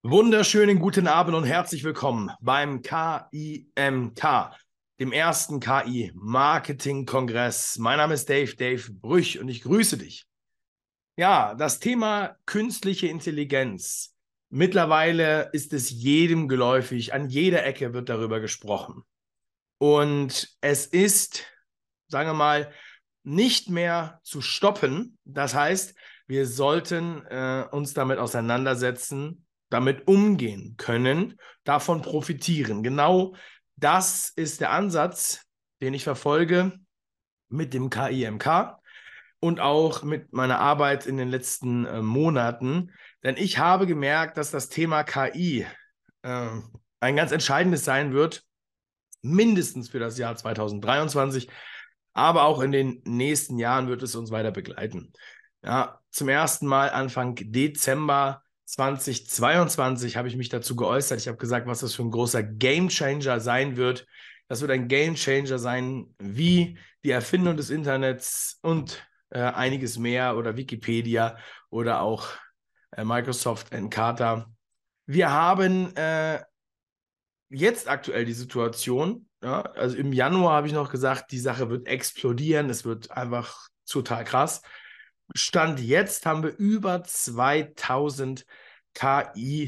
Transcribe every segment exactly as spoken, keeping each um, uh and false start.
Wunderschönen guten Abend und herzlich willkommen beim K I M K, dem ersten K I-Marketing-Kongress. Mein Name ist Dave, Dave Brüch und ich grüße dich. Ja, das Thema künstliche Intelligenz. Mittlerweile ist es jedem geläufig, an jeder Ecke wird darüber gesprochen. Und es ist, sagen wir mal, nicht mehr zu stoppen. Das heißt, wir sollten äh, uns damit auseinandersetzen, damit umgehen können, davon profitieren. Genau das ist der Ansatz, den ich verfolge mit dem K I M K und auch mit meiner Arbeit in den letzten äh, Monaten. Denn ich habe gemerkt, dass das Thema K I äh, ein ganz entscheidendes sein wird, mindestens für das Jahr zweitausenddreiundzwanzig, aber auch in den nächsten Jahren wird es uns weiter begleiten. Ja, zum ersten Mal Anfang Dezember zweitausendzweiundzwanzig habe ich mich dazu geäußert. Ich habe gesagt, was das für ein großer Gamechanger sein wird. Das wird ein Gamechanger sein, wie die Erfindung des Internets und äh, einiges mehr oder Wikipedia oder auch äh, Microsoft Encarta. Wir haben äh, jetzt aktuell die Situation, ja, also im Januar habe ich noch gesagt, die Sache wird explodieren, es wird einfach total krass. Stand jetzt haben wir über zweitausend K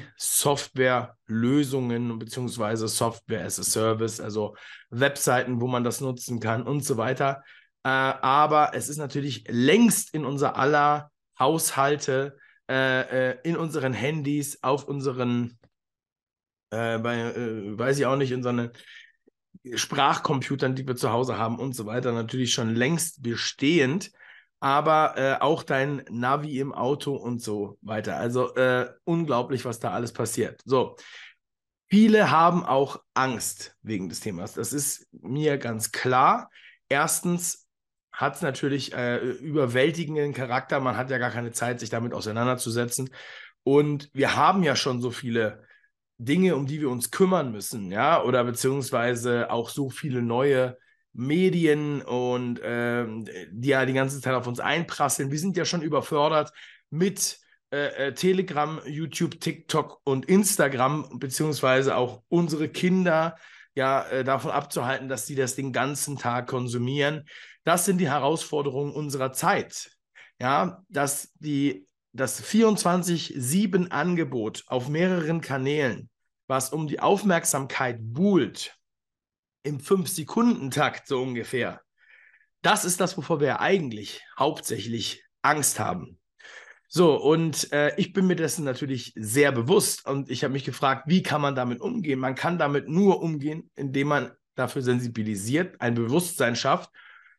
I-Software-Lösungen beziehungsweise Software as a Service, also Webseiten, wo man das nutzen kann und so weiter. Äh, aber es ist natürlich längst in unser aller Haushalte, äh, äh, in unseren Handys, auf unseren äh, bei, äh, weiß ich auch nicht, in so einen Sprachcomputern, die wir zu Hause haben und so weiter, natürlich schon längst bestehend, aber äh, auch dein Navi im Auto und so weiter. Also äh, unglaublich, was da alles passiert. So, viele haben auch Angst wegen des Themas. Das ist mir ganz klar. Erstens hat es natürlich äh, überwältigenden Charakter. Man hat ja gar keine Zeit, sich damit auseinanderzusetzen. Und wir haben ja schon so viele Dinge, um die wir uns kümmern müssen, ja, oder beziehungsweise auch so viele neue Medien und ähm, die ja die ganze Zeit auf uns einprasseln. Wir sind ja schon überfordert mit äh, äh, Telegram, YouTube, TikTok und Instagram, beziehungsweise auch unsere Kinder ja äh, davon abzuhalten, dass sie das den ganzen Tag konsumieren. Das sind die Herausforderungen unserer Zeit. Ja, dass die das vierundzwanzig sieben Angebot auf mehreren Kanälen, was um die Aufmerksamkeit buhlt, im fünf Sekunden Takt so ungefähr, das ist das, wovor wir eigentlich hauptsächlich Angst haben. So, und äh, ich bin mir dessen natürlich sehr bewusst und ich habe mich gefragt, wie kann man damit umgehen? Man kann damit nur umgehen, indem man dafür sensibilisiert, ein Bewusstsein schafft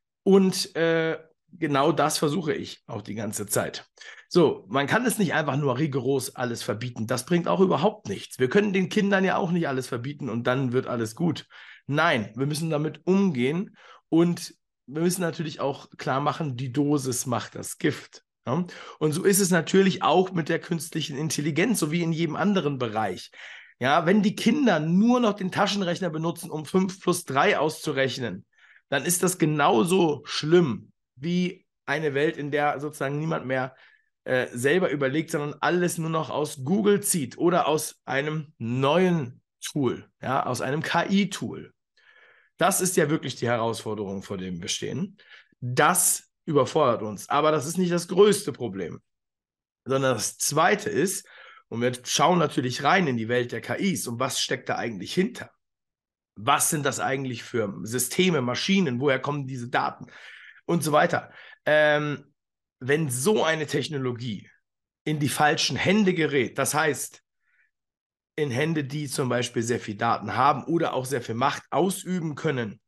und äh, genau das versuche ich auch die ganze Zeit. So, man kann es nicht einfach nur rigoros alles verbieten. Das bringt auch überhaupt nichts. Wir können den Kindern ja auch nicht alles verbieten und dann wird alles gut. Nein, wir müssen damit umgehen und wir müssen natürlich auch klar machen, die Dosis macht das Gift. Ja? Und so ist es natürlich auch mit der künstlichen Intelligenz, so wie in jedem anderen Bereich. Ja, wenn die Kinder nur noch den Taschenrechner benutzen, um fünf plus drei auszurechnen, dann ist das genauso schlimm wie eine Welt, in der sozusagen niemand mehr äh, selber überlegt, sondern alles nur noch aus Google zieht oder aus einem neuen Tool, ja, aus einem K I-Tool. Das ist ja wirklich die Herausforderung, vor der wir stehen. Das überfordert uns, aber das ist nicht das größte Problem, sondern das zweite ist, und wir schauen natürlich rein in die Welt der K Is und was steckt da eigentlich hinter? Was sind das eigentlich für Systeme, Maschinen? Woher kommen diese Daten? Und so weiter. Ähm, wenn so eine Technologie in die falschen Hände gerät, das heißt, in Hände, die zum Beispiel sehr viel Daten haben oder auch sehr viel Macht ausüben können,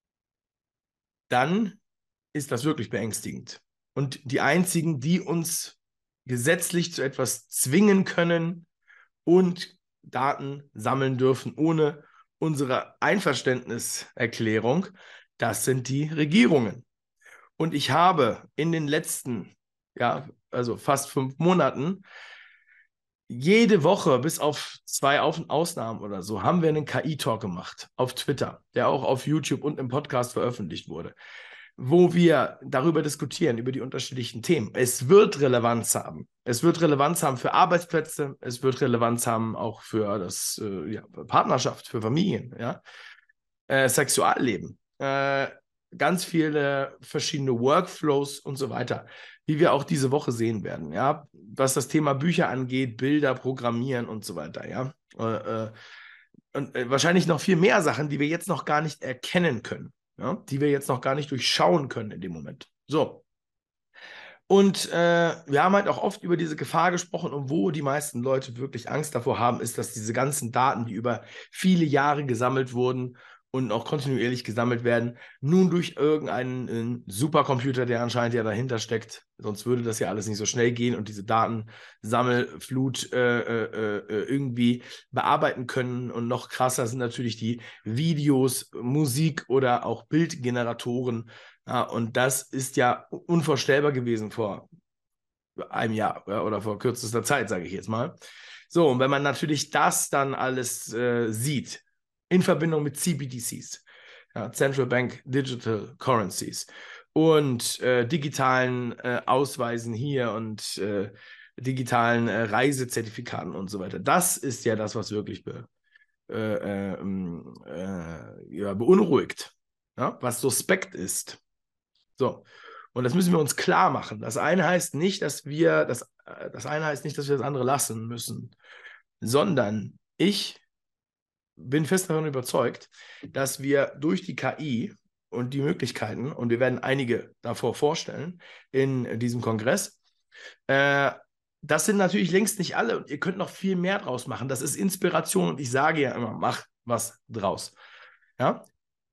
dann ist das wirklich beängstigend. Und die einzigen, die uns gesetzlich zu etwas zwingen können und Daten sammeln dürfen ohne unsere Einverständniserklärung, das sind die Regierungen. Und ich habe in den letzten, ja, also fast fünf Monaten, jede Woche, bis auf zwei Ausnahmen oder so, haben wir einen K I-Talk gemacht auf Twitter, der auch auf YouTube und im Podcast veröffentlicht wurde. wo wir darüber diskutieren, über die unterschiedlichen Themen. Es wird Relevanz haben. Es wird Relevanz haben für Arbeitsplätze, es wird Relevanz haben auch für das äh, ja, Partnerschaft, für Familien, ja? äh, Sexualleben, äh, ganz viele verschiedene Workflows und so weiter, wie wir auch diese Woche sehen werden, ja, was das Thema Bücher angeht, Bilder, Programmieren und so weiter, ja. Äh, äh, und äh, wahrscheinlich noch viel mehr Sachen, die wir jetzt noch gar nicht erkennen können, ja, die wir jetzt noch gar nicht durchschauen können in dem Moment. So. Und äh, wir haben halt auch oft über diese Gefahr gesprochen und wo die meisten Leute wirklich Angst davor haben, ist, dass diese ganzen Daten, die über viele Jahre gesammelt wurden und auch kontinuierlich gesammelt werden, nun durch irgendeinen äh, Supercomputer, der anscheinend ja dahinter steckt, sonst würde das ja alles nicht so schnell gehen und diese Datensammelflut äh, äh, äh, irgendwie bearbeiten können. Und noch krasser sind natürlich die Videos, Musik oder auch Bildgeneratoren. Ja, und das ist ja unvorstellbar gewesen vor einem Jahr, ja, oder vor kürzester Zeit, sage ich jetzt mal. So, und wenn man natürlich das dann alles äh, sieht, in Verbindung mit C B D Cs, ja, Central Bank Digital Currencies, und äh, digitalen äh, Ausweisen hier und äh, digitalen äh, Reisezertifikaten und so weiter, das ist ja das, was wirklich be, äh, ähm, äh, ja, beunruhigt, ja, was suspekt ist. So. Und das müssen wir uns klar machen. Das eine heißt nicht, dass wir, das, das eine heißt nicht, dass wir das andere lassen müssen, sondern ich bin fest davon überzeugt, dass wir durch die K I und die Möglichkeiten, und wir werden einige davor vorstellen in diesem Kongress, äh, das sind natürlich längst nicht alle und ihr könnt noch viel mehr draus machen. Das ist Inspiration und ich sage ja immer, mach was draus. Ja?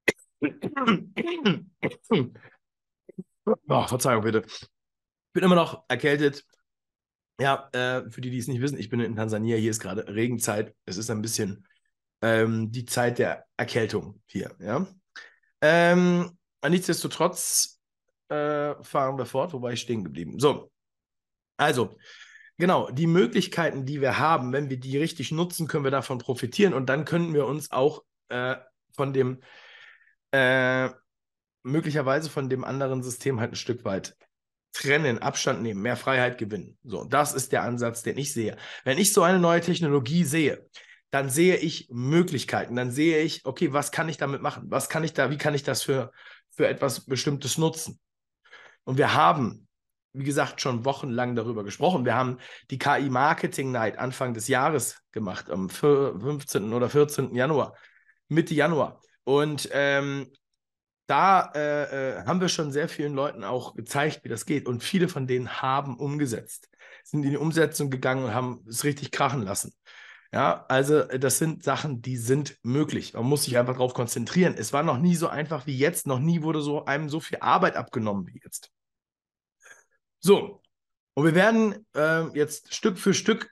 Oh, Verzeihung bitte. Ich bin immer noch erkältet. Ja, äh, für die, die es nicht wissen, ich bin in Tansania. Hier ist gerade Regenzeit. Es ist ein bisschen ähm, die Zeit der Erkältung hier. Ja? Ähm, nichtsdestotrotz äh, fahren wir fort, wobei ich stehen geblieben. So, also, genau, die Möglichkeiten, die wir haben, wenn wir die richtig nutzen, können wir davon profitieren und dann können wir uns auch äh, von dem äh, möglicherweise von dem anderen System halt ein Stück weit trennen, Abstand nehmen, mehr Freiheit gewinnen. So, das ist der Ansatz, den ich sehe. Wenn ich so eine neue Technologie sehe, dann sehe ich Möglichkeiten, dann sehe ich, okay, was kann ich damit machen? Was kann ich da, wie kann ich das für, für etwas Bestimmtes nutzen? Und wir haben, wie gesagt, schon wochenlang darüber gesprochen. Wir haben die K I Marketing Night Anfang des Jahres gemacht, am fünfzehnten oder vierzehnten Januar, Mitte Januar. Und ähm, da äh, äh, haben wir schon sehr vielen Leuten auch gezeigt, wie das geht. Und viele von denen haben umgesetzt, sind in die Umsetzung gegangen und haben es richtig krachen lassen. Ja, also das sind Sachen, die sind möglich. Man muss sich einfach darauf konzentrieren. Es war noch nie so einfach wie jetzt. Noch nie wurde so einem so viel Arbeit abgenommen wie jetzt. So, und wir werden äh, jetzt Stück für Stück,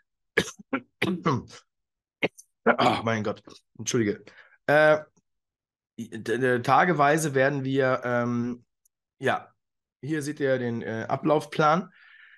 ach mein Gott, entschuldige, äh, tageweise werden wir, ähm, ja, hier seht ihr den äh, Ablaufplan,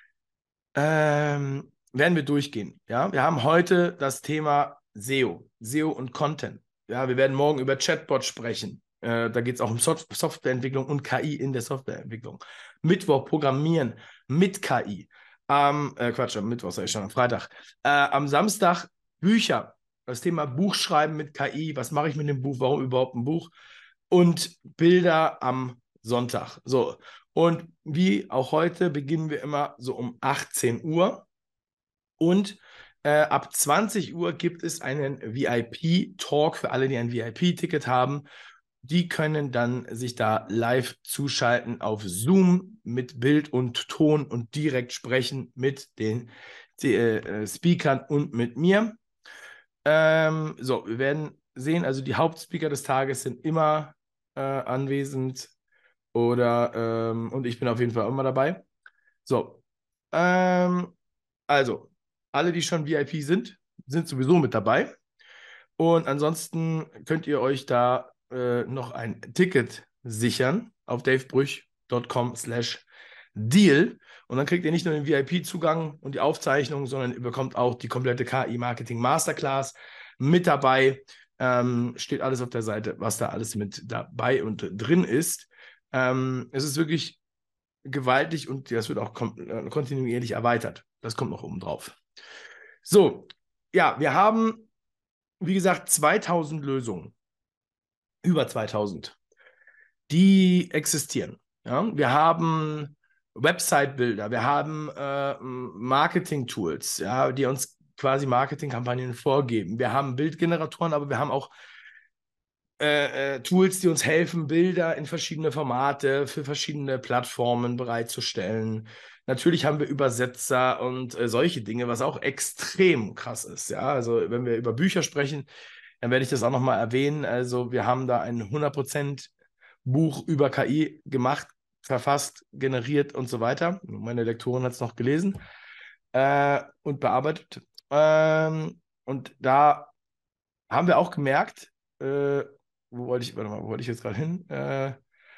ähm, werden wir durchgehen. Ja, wir haben heute das Thema S E O, S E O und Content. Ja, wir werden morgen über Chatbot sprechen. Äh, da geht es auch um Soft Softwareentwicklung und K I in der Softwareentwicklung. Mittwoch Programmieren mit K I. Am, äh, Quatsch, am Mittwoch sage ich schon, am Freitag. Äh, am Samstag Bücher. Das Thema Buchschreiben mit K I. Was mache ich mit dem Buch? Warum überhaupt ein Buch? Und Bilder am Sonntag. So. Und wie auch heute beginnen wir immer so um achtzehn Uhr. Und äh, ab zwanzig Uhr gibt es einen V I P-Talk für alle, die ein V I P-Ticket haben. Die können dann sich da live zuschalten auf Zoom mit Bild und Ton und direkt sprechen mit den die, äh, Speakern und mit mir. Ähm, so, wir werden sehen, also die Hauptspeaker des Tages sind immer äh, anwesend oder ähm, und ich bin auf jeden Fall immer dabei. So, ähm, also, alle, die schon V I P sind, sind sowieso mit dabei. Und ansonsten könnt ihr euch da äh, noch ein Ticket sichern auf davebrüch.com slash deal. Und dann kriegt ihr nicht nur den V I P-Zugang und die Aufzeichnung, sondern ihr bekommt auch die komplette K I-Marketing Masterclass mit dabei. Ähm, steht alles auf der Seite, was da alles mit dabei und drin ist. Ähm, es ist wirklich gewaltig und das wird auch kon kontinuierlich erweitert. Das kommt noch oben drauf. So, ja, wir haben, wie gesagt, zweitausend Lösungen, über zweitausend, die existieren. Ja? Wir haben Website-Bilder, wir haben äh, Marketing-Tools, ja, die uns quasi Marketingkampagnen vorgeben. Wir haben Bildgeneratoren, aber wir haben auch äh, äh, Tools, die uns helfen, Bilder in verschiedene Formate für verschiedene Plattformen bereitzustellen. Natürlich haben wir Übersetzer und äh, solche Dinge, was auch extrem krass ist. Ja, also wenn wir über Bücher sprechen, dann werde ich das auch nochmal erwähnen. Also wir haben da ein hundert Prozent Buch über K I gemacht, verfasst, generiert und so weiter. Meine Lektorin hat es noch gelesen äh, und bearbeitet. Ähm, und da haben wir auch gemerkt, äh, wo wollte ich, warte mal, wo wollte ich jetzt gerade hin? Äh,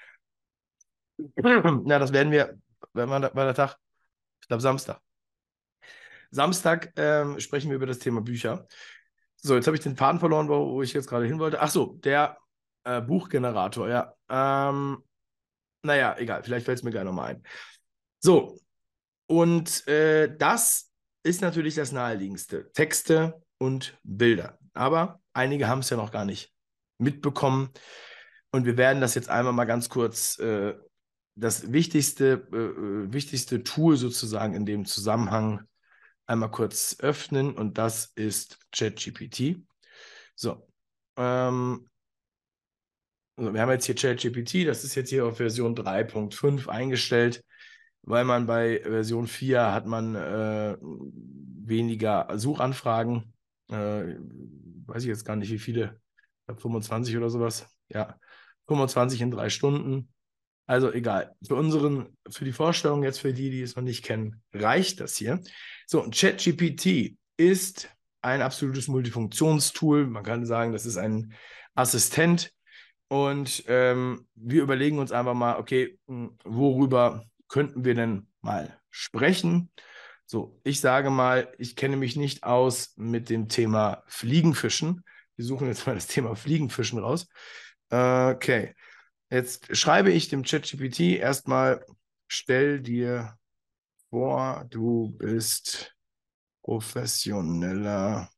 na, das werden wir, wenn man war der Tag, ich glaube Samstag. Samstag ähm, sprechen wir über das Thema Bücher. So, jetzt habe ich den Faden verloren, wo, wo ich jetzt gerade hin wollte. Ach so, der äh, Buchgenerator, ja. Ähm, naja, egal, vielleicht fällt es mir gleich nochmal ein. So, und äh, das ist natürlich das Naheliegendste. Texte und Bilder. Aber einige haben es ja noch gar nicht mitbekommen. Und wir werden das jetzt einmal mal ganz kurz, äh, das wichtigste, äh, äh, wichtigste Tool sozusagen in dem Zusammenhang einmal kurz öffnen. Und das ist ChatGPT. So, ähm, also wir haben jetzt hier ChatGPT, das ist jetzt hier auf Version drei Punkt fünf eingestellt, weil man bei Version vier hat man äh, weniger Suchanfragen. Äh, weiß ich jetzt gar nicht, wie viele. Ich glaube fünfundzwanzig oder sowas. Ja, fünfundzwanzig in drei Stunden. Also egal. Für unseren, für die Vorstellung jetzt, für die, die es noch nicht kennen, reicht das hier. So, und ChatGPT ist ein absolutes Multifunktionstool. Man kann sagen, das ist ein Assistent. Und ähm, wir überlegen uns einfach mal, okay, mh, worüber könnten wir denn mal sprechen? So, ich sage mal, ich kenne mich nicht aus mit dem Thema Fliegenfischen. Wir suchen jetzt mal das Thema Fliegenfischen raus. Äh, okay, jetzt schreibe ich dem ChatGPT erstmal, stell dir vor, du bist professioneller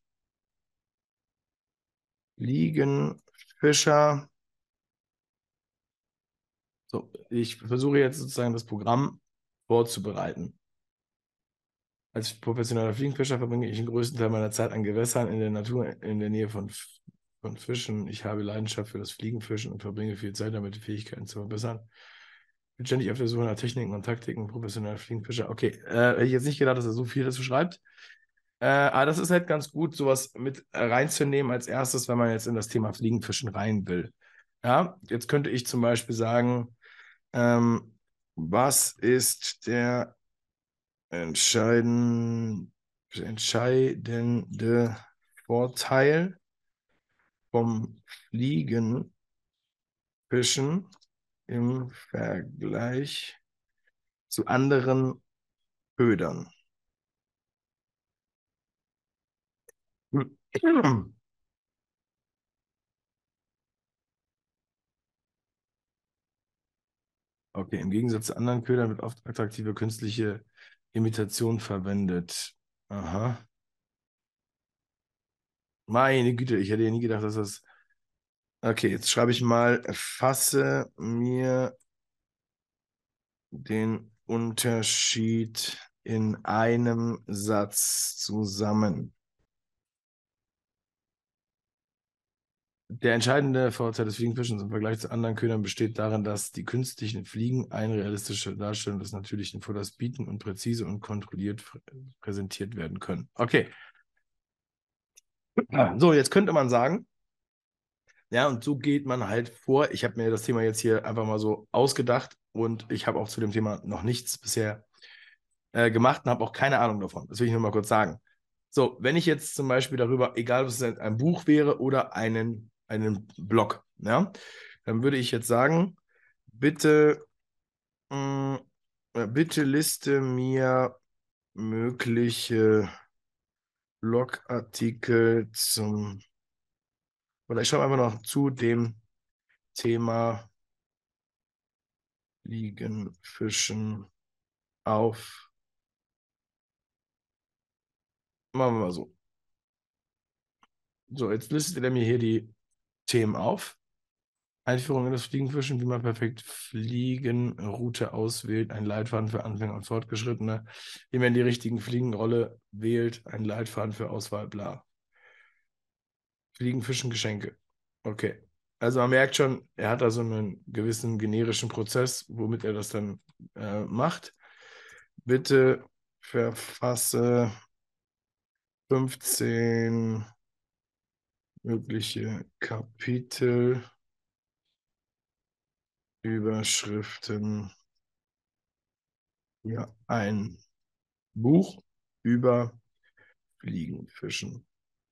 Fliegenfischer. So, ich versuche jetzt sozusagen das Programm vorzubereiten. Als professioneller Fliegenfischer verbringe ich den größten Teil meiner Zeit an Gewässern in der Natur in der Nähe von, von Fischen. Ich habe Leidenschaft für das Fliegenfischen und verbringe viel Zeit damit, die Fähigkeiten zu verbessern. Ich bin ständig auf der Suche nach Techniken und Taktiken professioneller Fliegenfischer. Okay, äh, hätte ich jetzt nicht gedacht, dass er so viel dazu schreibt. Äh, aber das ist halt ganz gut, sowas mit reinzunehmen als erstes, wenn man jetzt in das Thema Fliegenfischen rein will. Ja, jetzt könnte ich zum Beispiel sagen, ähm, was ist der entscheiden, entscheidende Vorteil vom Fliegenfischen im Vergleich zu anderen Ködern? Okay, im Gegensatz zu anderen Ködern wird oft attraktive künstliche Imitation verwendet. Aha. Meine Güte, ich hätte ja nie gedacht, dass das. Okay, jetzt schreibe ich mal, fasse mir den Unterschied in einem Satz zusammen. Der entscheidende Vorteil des Fliegenfischens im Vergleich zu anderen Ködern besteht darin, dass die künstlichen Fliegen eine realistische Darstellung des natürlichen Futters bieten und präzise und kontrolliert präsentiert werden können. Okay, so, jetzt könnte man sagen, ja, und so geht man halt vor. Ich habe mir das Thema jetzt hier einfach mal so ausgedacht und ich habe auch zu dem Thema noch nichts bisher äh, gemacht und habe auch keine Ahnung davon. Das will ich nur mal kurz sagen. So, wenn ich jetzt zum Beispiel darüber, egal ob es ein, ein Buch wäre oder einen, einen Blog, ja, dann würde ich jetzt sagen, bitte, mh, äh, bitte liste mir mögliche Blogartikel zum, oder ich schreibe einfach noch zu dem Thema Fliegenfischen auf. Machen wir mal so. So, jetzt listet er mir hier die Themen auf. Einführung in das Fliegenfischen, wie man perfekt Fliegenroute auswählt, ein Leitfaden für Anfänger und Fortgeschrittene, wie man die richtigen Fliegenrolle wählt, ein Leitfaden für Auswahl, bla. Fliegenfischen, Geschenke. Okay. Also man merkt schon, er hat da so einen gewissen generischen Prozess, womit er das dann äh, macht. Bitte verfasse fünfzehn mögliche Kapitel, Überschriften für ein Buch über Fliegenfischen.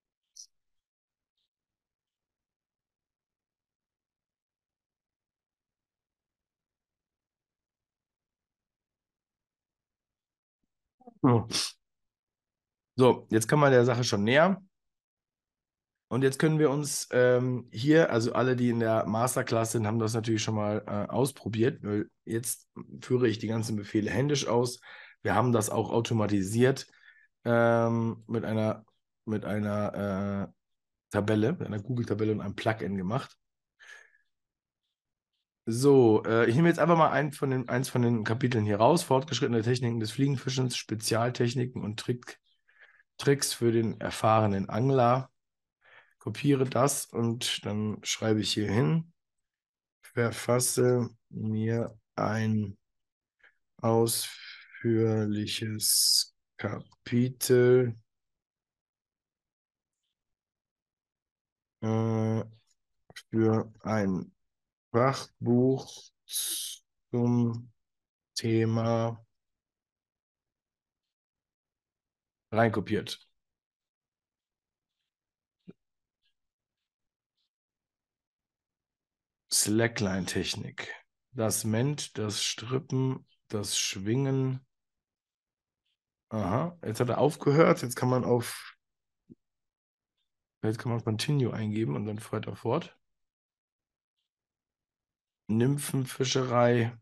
So, So, jetzt kann man der Sache schon näher. Und jetzt können wir uns ähm, hier, also alle, die in der Masterclass sind, haben das natürlich schon mal äh, ausprobiert, weil jetzt führe ich die ganzen Befehle händisch aus. Wir haben das auch automatisiert ähm, mit einer, mit einer äh, Tabelle, mit einer Google-Tabelle und einem Plugin gemacht. So, äh, ich nehme jetzt einfach mal ein von den, eins von den Kapiteln hier raus. Fortgeschrittene Techniken des Fliegenfischens, Spezialtechniken und Trick, Tricks für den erfahrenen Angler. Kopiere das und dann schreibe ich hier hin, verfasse mir ein ausführliches Kapitel äh, für ein Fachbuch zum Thema reinkopiert. Slackline-Technik. Das Ment, das Strippen, das Schwingen. Aha, jetzt hat er aufgehört. Jetzt kann man auf, jetzt kann man Continue eingeben und dann fährt er fort. Nymphenfischerei.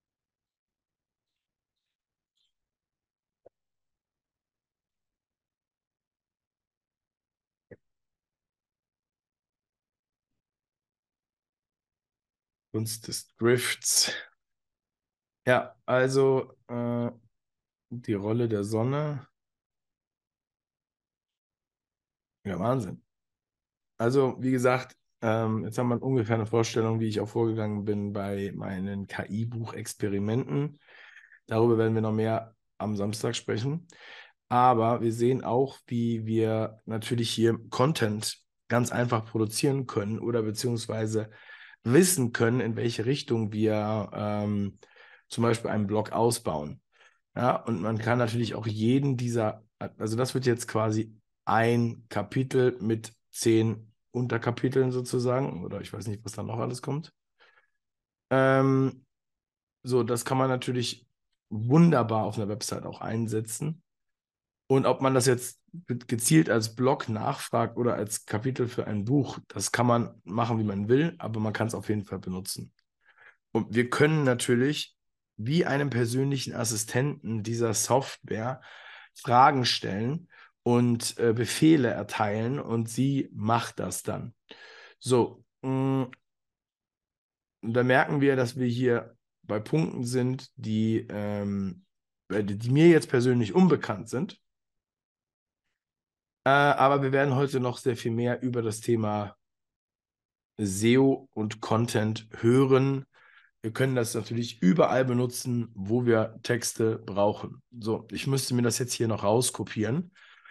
Kunst des Drifts. Ja, also äh, die Rolle der Sonne. Ja, Wahnsinn. Also, wie gesagt, ähm, jetzt haben wir ungefähr eine Vorstellung, wie ich auch vorgegangen bin bei meinen K I-Buch-Experimenten. Darüber werden wir noch mehr am Samstag sprechen. Aber wir sehen auch, wie wir natürlich hier Content ganz einfach produzieren können oder beziehungsweise wissen können, in welche Richtung wir ähm, zum Beispiel einen Blog ausbauen. Ja, und man kann natürlich auch jeden dieser, also das wird jetzt quasi ein Kapitel mit zehn Unterkapiteln sozusagen, oder ich weiß nicht, was da noch alles kommt. Ähm, so, das kann man natürlich wunderbar auf einer Website auch einsetzen. Und ob man das jetzt gezielt als Blog nachfragt oder als Kapitel für ein Buch, das kann man machen, wie man will, aber man kann es auf jeden Fall benutzen. Und wir können natürlich wie einem persönlichen Assistenten dieser Software Fragen stellen und äh, Befehle erteilen und sie macht das dann. So, mh, da merken wir, dass wir hier bei Punkten sind, die, ähm, äh, die mir jetzt persönlich unbekannt sind. Äh, aber wir werden heute noch sehr viel mehr über das Thema S E O und Content hören. Wir können das natürlich überall benutzen, wo wir Texte brauchen. So, ich müsste mir das jetzt hier noch rauskopieren,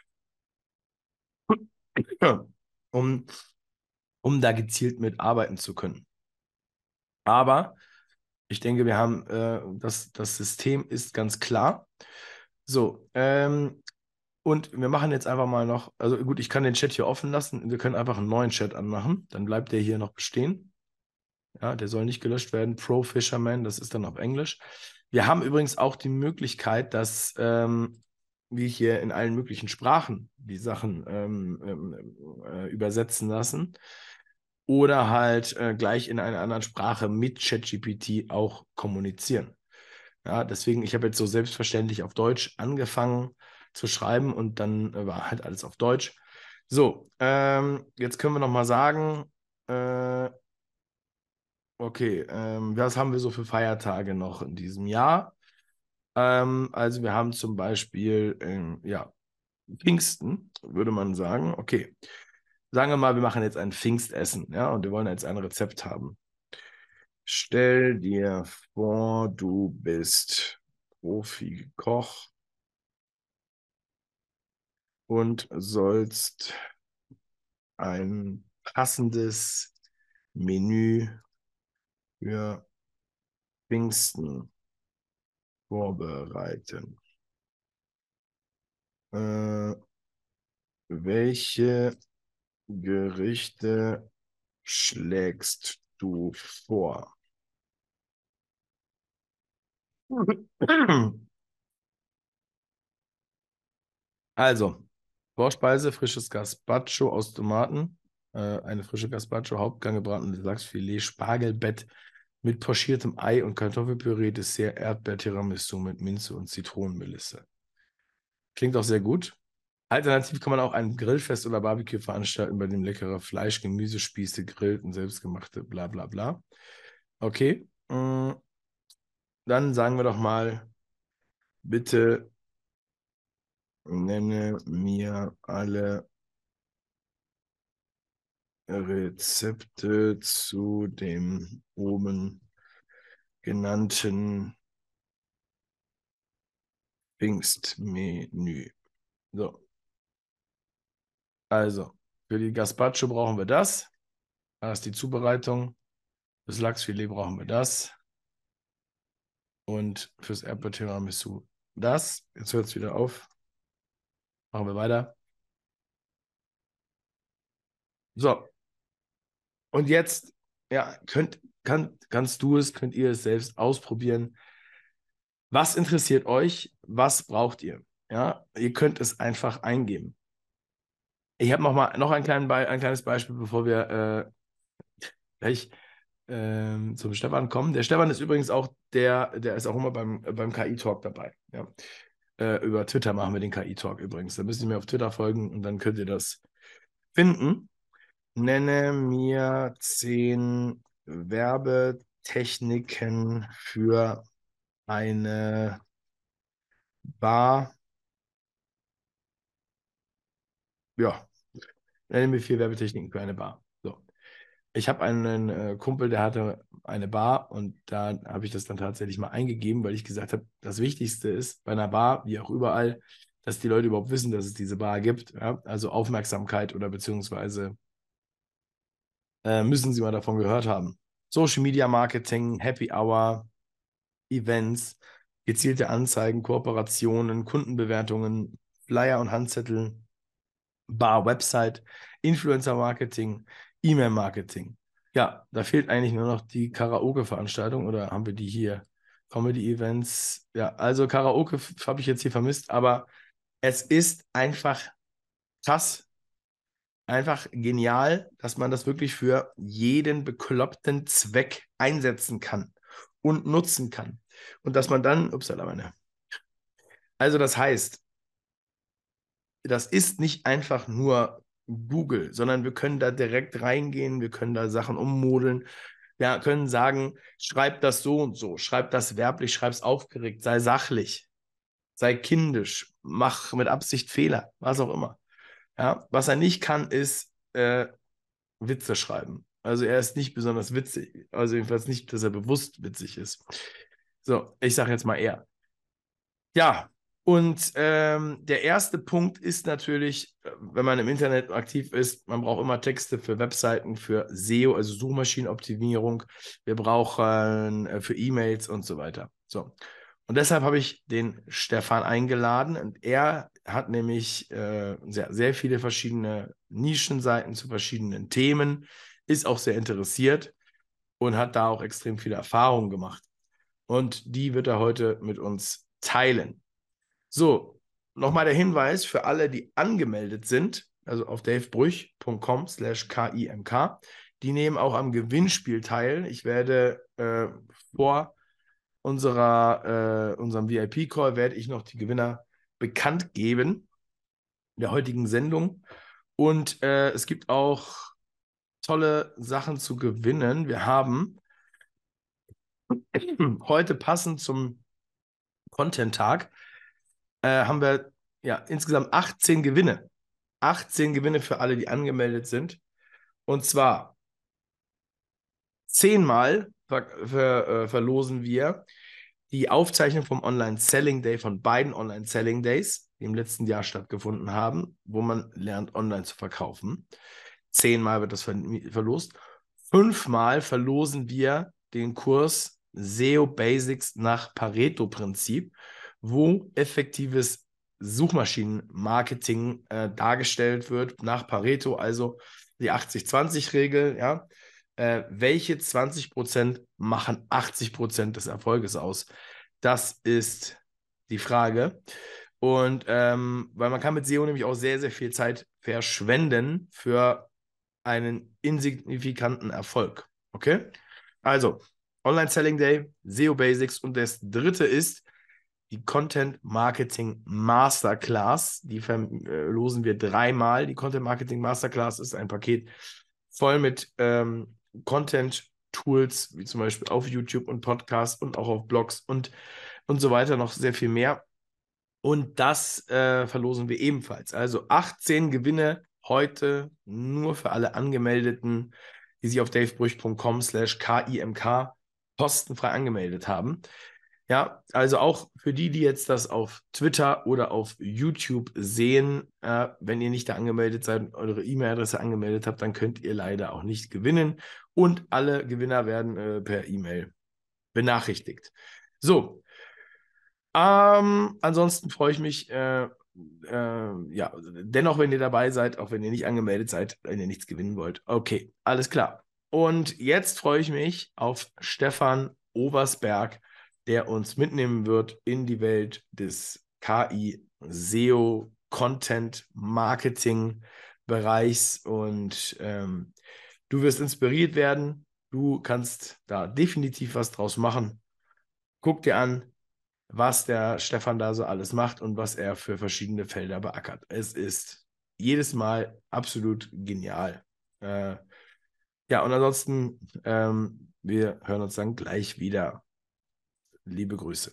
um, um da gezielt mitarbeiten zu können. Aber ich denke, wir haben äh, das, das System ist ganz klar. So, ähm, und wir machen jetzt einfach mal noch, also gut, ich kann den Chat hier offen lassen. Wir können einfach einen neuen Chat anmachen. Dann bleibt der hier noch bestehen. Ja, der soll nicht gelöscht werden. Pro Fisherman, das ist dann auf Englisch. Wir haben übrigens auch die Möglichkeit, dass ähm, wir hier in allen möglichen Sprachen die Sachen ähm, ähm, äh, übersetzen lassen. oder halt äh, gleich in einer anderen Sprache mit ChatGPT auch kommunizieren. Ja, deswegen, ich habe jetzt so selbstverständlich auf Deutsch angefangen zu schreiben und dann äh, war halt alles auf Deutsch. So, ähm, jetzt können wir noch mal sagen, äh, okay, ähm, was haben wir so für Feiertage noch in diesem Jahr? Ähm, also wir haben zum Beispiel, ähm, ja, Pfingsten, würde man sagen. Okay, sagen wir mal, wir machen jetzt ein Pfingstessen, ja, und wir wollen jetzt ein Rezept haben. Stell dir vor, du bist Profi-Koch und sollst ein passendes Menü für Pfingsten vorbereiten. Äh, welche Gerichte schlägst du vor? Also, Vorspeise, frisches Gazpacho aus Tomaten, äh, eine frische Gazpacho, Hauptgang gebratenes Lachsfilet, Spargelbett mit pochiertem Ei und Kartoffelpüree, Dessert, Erdbeer-Tiramisu mit Minze und Zitronenmelisse. Klingt auch sehr gut. Alternativ kann man auch ein Grillfest oder Barbecue veranstalten, bei dem leckere Fleisch, Gemüsespieße, Grillt und selbstgemachte bla bla bla. Okay, mm, dann sagen wir doch mal, bitte nenne mir alle Rezepte zu dem oben genannten Pfingstmenü. So, also für die Gazpacho brauchen wir das. Das ist die Zubereitung. Fürs Lachsfilet brauchen wir das. Und fürs Erdbeer-Tiramisu das. Jetzt hört es wieder auf. Machen wir weiter. So, und jetzt, ja, könnt, kann, kannst du es, könnt ihr es selbst ausprobieren. Was interessiert euch? Was braucht ihr? Ja, ihr könnt es einfach eingeben. Ich habe noch mal noch ein, klein Be ein kleines Beispiel, bevor wir äh, gleich ähm, zum Stefan kommen. Der Stefan ist übrigens auch der, der ist auch immer beim, beim K I-Talk dabei. Ja. Äh, über Twitter machen wir den K I-Talk übrigens. Da müsst ihr mir auf Twitter folgen und dann könnt ihr das finden. Nenne mir zehn Werbetechniken für eine Bar. Ja, nenne mir vier Werbetechniken für eine Bar. So. Ich habe einen äh, Kumpel, der hatte eine Bar und da habe ich das dann tatsächlich mal eingegeben, weil ich gesagt habe, das Wichtigste ist bei einer Bar, wie auch überall, dass die Leute überhaupt wissen, dass es diese Bar gibt. Ja? Also Aufmerksamkeit oder beziehungsweise äh, müssen sie mal davon gehört haben. Social Media Marketing, Happy Hour, Events, gezielte Anzeigen, Kooperationen, Kundenbewertungen, Flyer und Handzettel, Bar-Website, Influencer-Marketing, E-Mail-Marketing. Ja, da fehlt eigentlich nur noch die Karaoke-Veranstaltung oder haben wir die hier? Comedy-Events. Ja, also Karaoke habe ich jetzt hier vermisst, aber es ist einfach krass, einfach genial, dass man das wirklich für jeden bekloppten Zweck einsetzen kann und nutzen kann. Und dass man dann, upsala, meine. Also das heißt, das ist nicht einfach nur Google, sondern wir können da direkt reingehen, wir können da Sachen ummodeln, wir können sagen, schreib das so und so, schreib das werblich, schreib es aufgeregt, sei sachlich, sei kindisch, mach mit Absicht Fehler, was auch immer. Ja, was er nicht kann, ist äh, Witze schreiben. Also er ist nicht besonders witzig, also jedenfalls nicht, dass er bewusst witzig ist. So, ich sage jetzt mal er. Ja, und ähm, der erste Punkt ist natürlich, äh, wenn man im Internet aktiv ist, man braucht immer Texte für Webseiten, für S E O, also Suchmaschinenoptimierung. Wir brauchen äh, für E-Mails und so weiter. So. Und deshalb habe ich den Stefan eingeladen und er hat nämlich äh, sehr, sehr viele verschiedene Nischenseiten zu verschiedenen Themen, ist auch sehr interessiert und hat da auch extrem viele Erfahrungen gemacht. Und die wird er heute mit uns teilen. So, nochmal der Hinweis für alle, die angemeldet sind, also auf davebrüch punkt com slash kimk. die nehmen auch am Gewinnspiel teil. Ich werde äh, vor unserer, äh, unserem V I P-Call werde ich noch die Gewinner bekannt geben der heutigen Sendung. Und äh, es gibt auch tolle Sachen zu gewinnen. Wir haben heute passend zum Content-Tag äh, haben wir ja insgesamt achtzehn Gewinne. achtzehn Gewinne für alle, die angemeldet sind. Und zwar zehnmal ver ver äh, verlosen wir die Aufzeichnung vom Online-Selling Day, von beiden Online-Selling Days, die im letzten Jahr stattgefunden haben, wo man lernt, online zu verkaufen. Zehnmal wird das ver verlost. Fünfmal verlosen wir den Kurs S E O Basics nach Pareto-Prinzip, wo effektives Suchmaschinenmarketing äh, dargestellt wird nach Pareto, also die achtzig zwanzig Regel, ja. Äh, welche zwanzig Prozent machen achtzig Prozent des Erfolges aus? Das ist die Frage. Und ähm, weil man kann mit S E O nämlich auch sehr, sehr viel Zeit verschwenden für einen insignifikanten Erfolg. Okay? Also, Online Selling Day, S E O Basics und das dritte ist die Content Marketing Masterclass. Die verlosen wir dreimal. Die Content Marketing Masterclass ist ein Paket voll mit ähm, Content-Tools, wie zum Beispiel auf YouTube und Podcasts und auch auf Blogs und, und so weiter, noch sehr viel mehr. Und das äh, verlosen wir ebenfalls. Also achtzehn Gewinne heute nur für alle Angemeldeten, die sich auf davebrüch punkt com slash kimk kostenfrei angemeldet haben. Ja, also auch für die, die jetzt das auf Twitter oder auf YouTube sehen, äh, wenn ihr nicht da angemeldet seid und eure E-Mail-Adresse angemeldet habt, dann könnt ihr leider auch nicht gewinnen. Und alle Gewinner werden äh, per E-Mail benachrichtigt. So, ähm, ansonsten freue ich mich, äh, äh, ja, dennoch, wenn ihr dabei seid, auch wenn ihr nicht angemeldet seid, wenn ihr nichts gewinnen wollt. Okay, alles klar. Und jetzt freue ich mich auf Stefan Oversberg, der uns mitnehmen wird in die Welt des K I-S E O, Content, Marketing Bereichs. Und ähm, du wirst inspiriert werden. Du kannst da definitiv was draus machen. Guck dir an, was der Stefan da so alles macht und was er für verschiedene Felder beackert. Es ist jedes Mal absolut genial. Äh, ja, und ansonsten, ähm, wir hören uns dann gleich wieder. Liebe Grüße.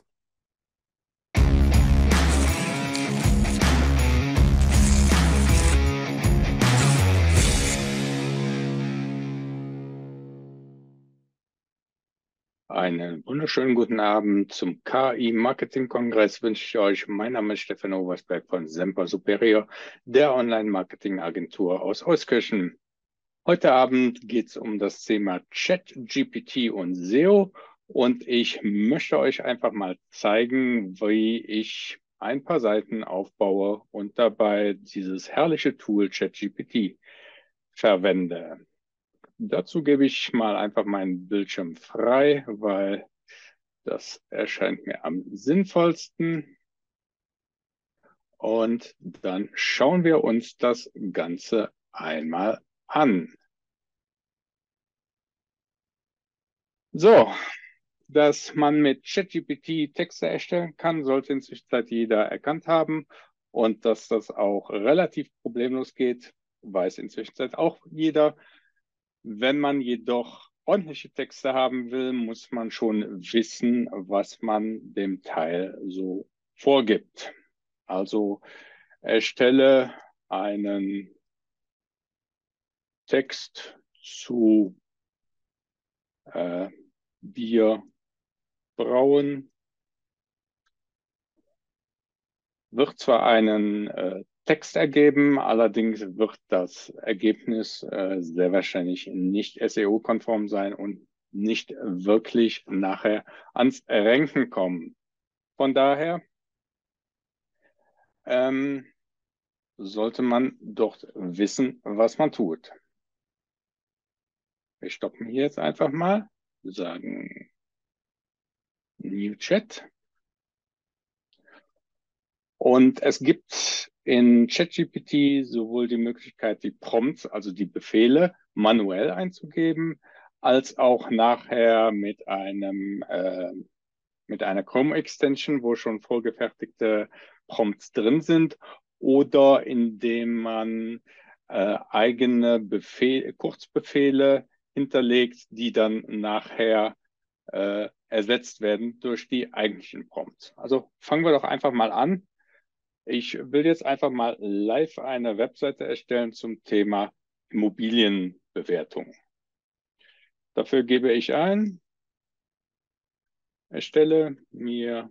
Einen wunderschönen guten Abend zum K I-Marketing-Kongress wünsche ich euch. Mein Name ist Stefan Oversberg von Semper Superior, der Online-Marketing-Agentur aus Euskirchen. Heute Abend geht es um das Thema ChatGPT und S E O und ich möchte euch einfach mal zeigen, wie ich ein paar Seiten aufbaue und dabei dieses herrliche Tool ChatGPT verwende. Dazu gebe ich mal einfach meinen Bildschirm frei, weil das erscheint mir am sinnvollsten. Und dann schauen wir uns das Ganze einmal an. So, dass man mit ChatGPT Texte erstellen kann, sollte inzwischen jeder erkannt haben. Und dass das auch relativ problemlos geht, weiß inzwischen auch jeder. Wenn man jedoch ordentliche Texte haben will, muss man schon wissen, was man dem Teil so vorgibt. Also erstelle einen Text zu äh, Bier brauen. Wird zwar einen äh, Text ergeben, allerdings wird das Ergebnis äh, sehr wahrscheinlich nicht S E O-konform sein und nicht wirklich nachher ans Ranken kommen. Von daher ähm, sollte man dort wissen, was man tut. Wir stoppen hier jetzt einfach mal, sagen New Chat. Und es gibt in ChatGPT sowohl die Möglichkeit, die Prompts, also die Befehle, manuell einzugeben, als auch nachher mit einem äh, mit einer Chrome-Extension, wo schon vorgefertigte Prompts drin sind, oder indem man äh, eigene Befehl, Kurzbefehle hinterlegt, die dann nachher äh, ersetzt werden durch die eigentlichen Prompts. Also fangen wir doch einfach mal an. Ich will jetzt einfach mal live eine Webseite erstellen zum Thema Immobilienbewertung. Dafür gebe ich ein, erstelle mir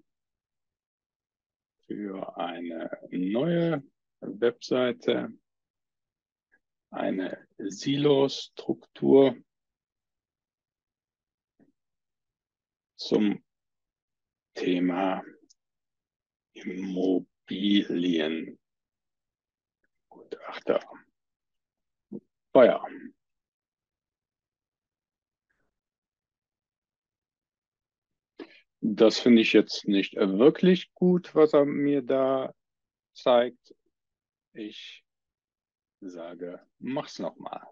für eine neue Webseite eine Silo-Struktur zum Thema Immobiliengutachter. Oh ja. Das finde ich jetzt nicht wirklich gut, was er mir da zeigt. Ich sage, mach's nochmal.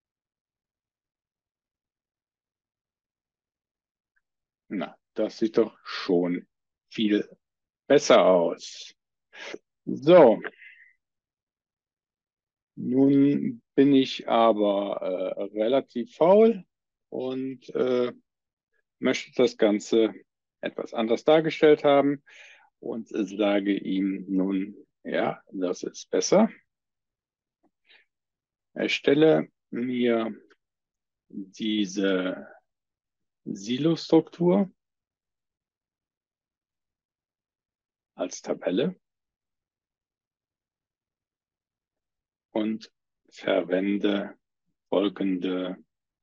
Na, das sieht doch schon viel besser aus. So, nun bin ich aber äh, relativ faul und äh, möchte das Ganze etwas anders dargestellt haben und sage ihm nun, ja, das ist besser. Erstelle mir diese Silo-Struktur als Tabelle und verwende folgende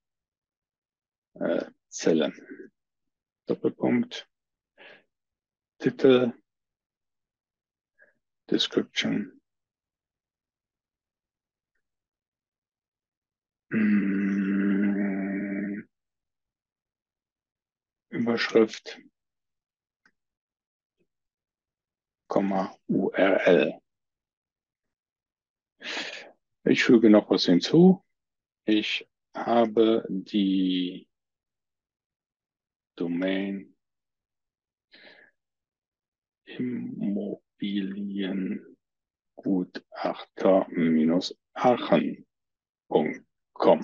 äh, Zellen. Doppelpunkt, Titel, Description, mm, Überschrift, Komma, U R L. Ich füge noch was hinzu. Ich habe die Domain Immobiliengutachter-aachen punkt com.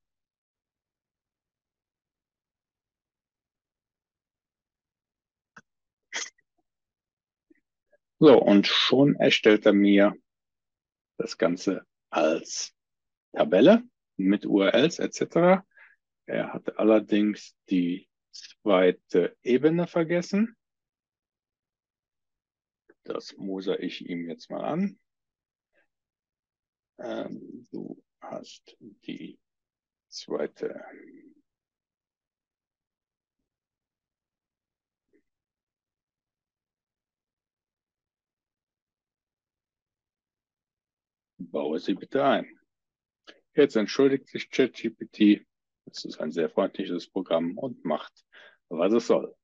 So, und schon erstellt er mir das Ganze als Tabelle mit U R Ls et cetera. Er hat allerdings die zweite Ebene vergessen. Das moser ich ihm jetzt mal an. Ähm, du hast die zweite Baue sie bitte ein. Jetzt entschuldigt sich ChatGPT. Es ist ein sehr freundliches Programm und macht, was es soll.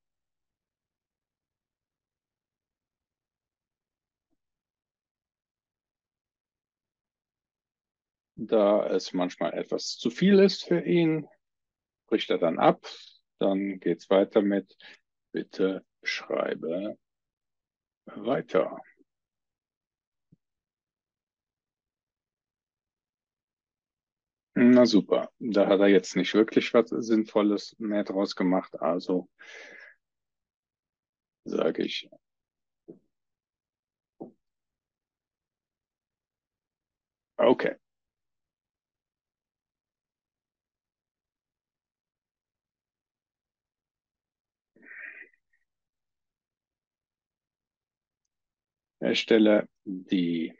Da es manchmal etwas zu viel ist für ihn, bricht er dann ab. Dann geht es weiter mit, bitte schreibe weiter. Na super, da hat er jetzt nicht wirklich was Sinnvolles mehr draus gemacht, also sage ich, okay. Erstelle die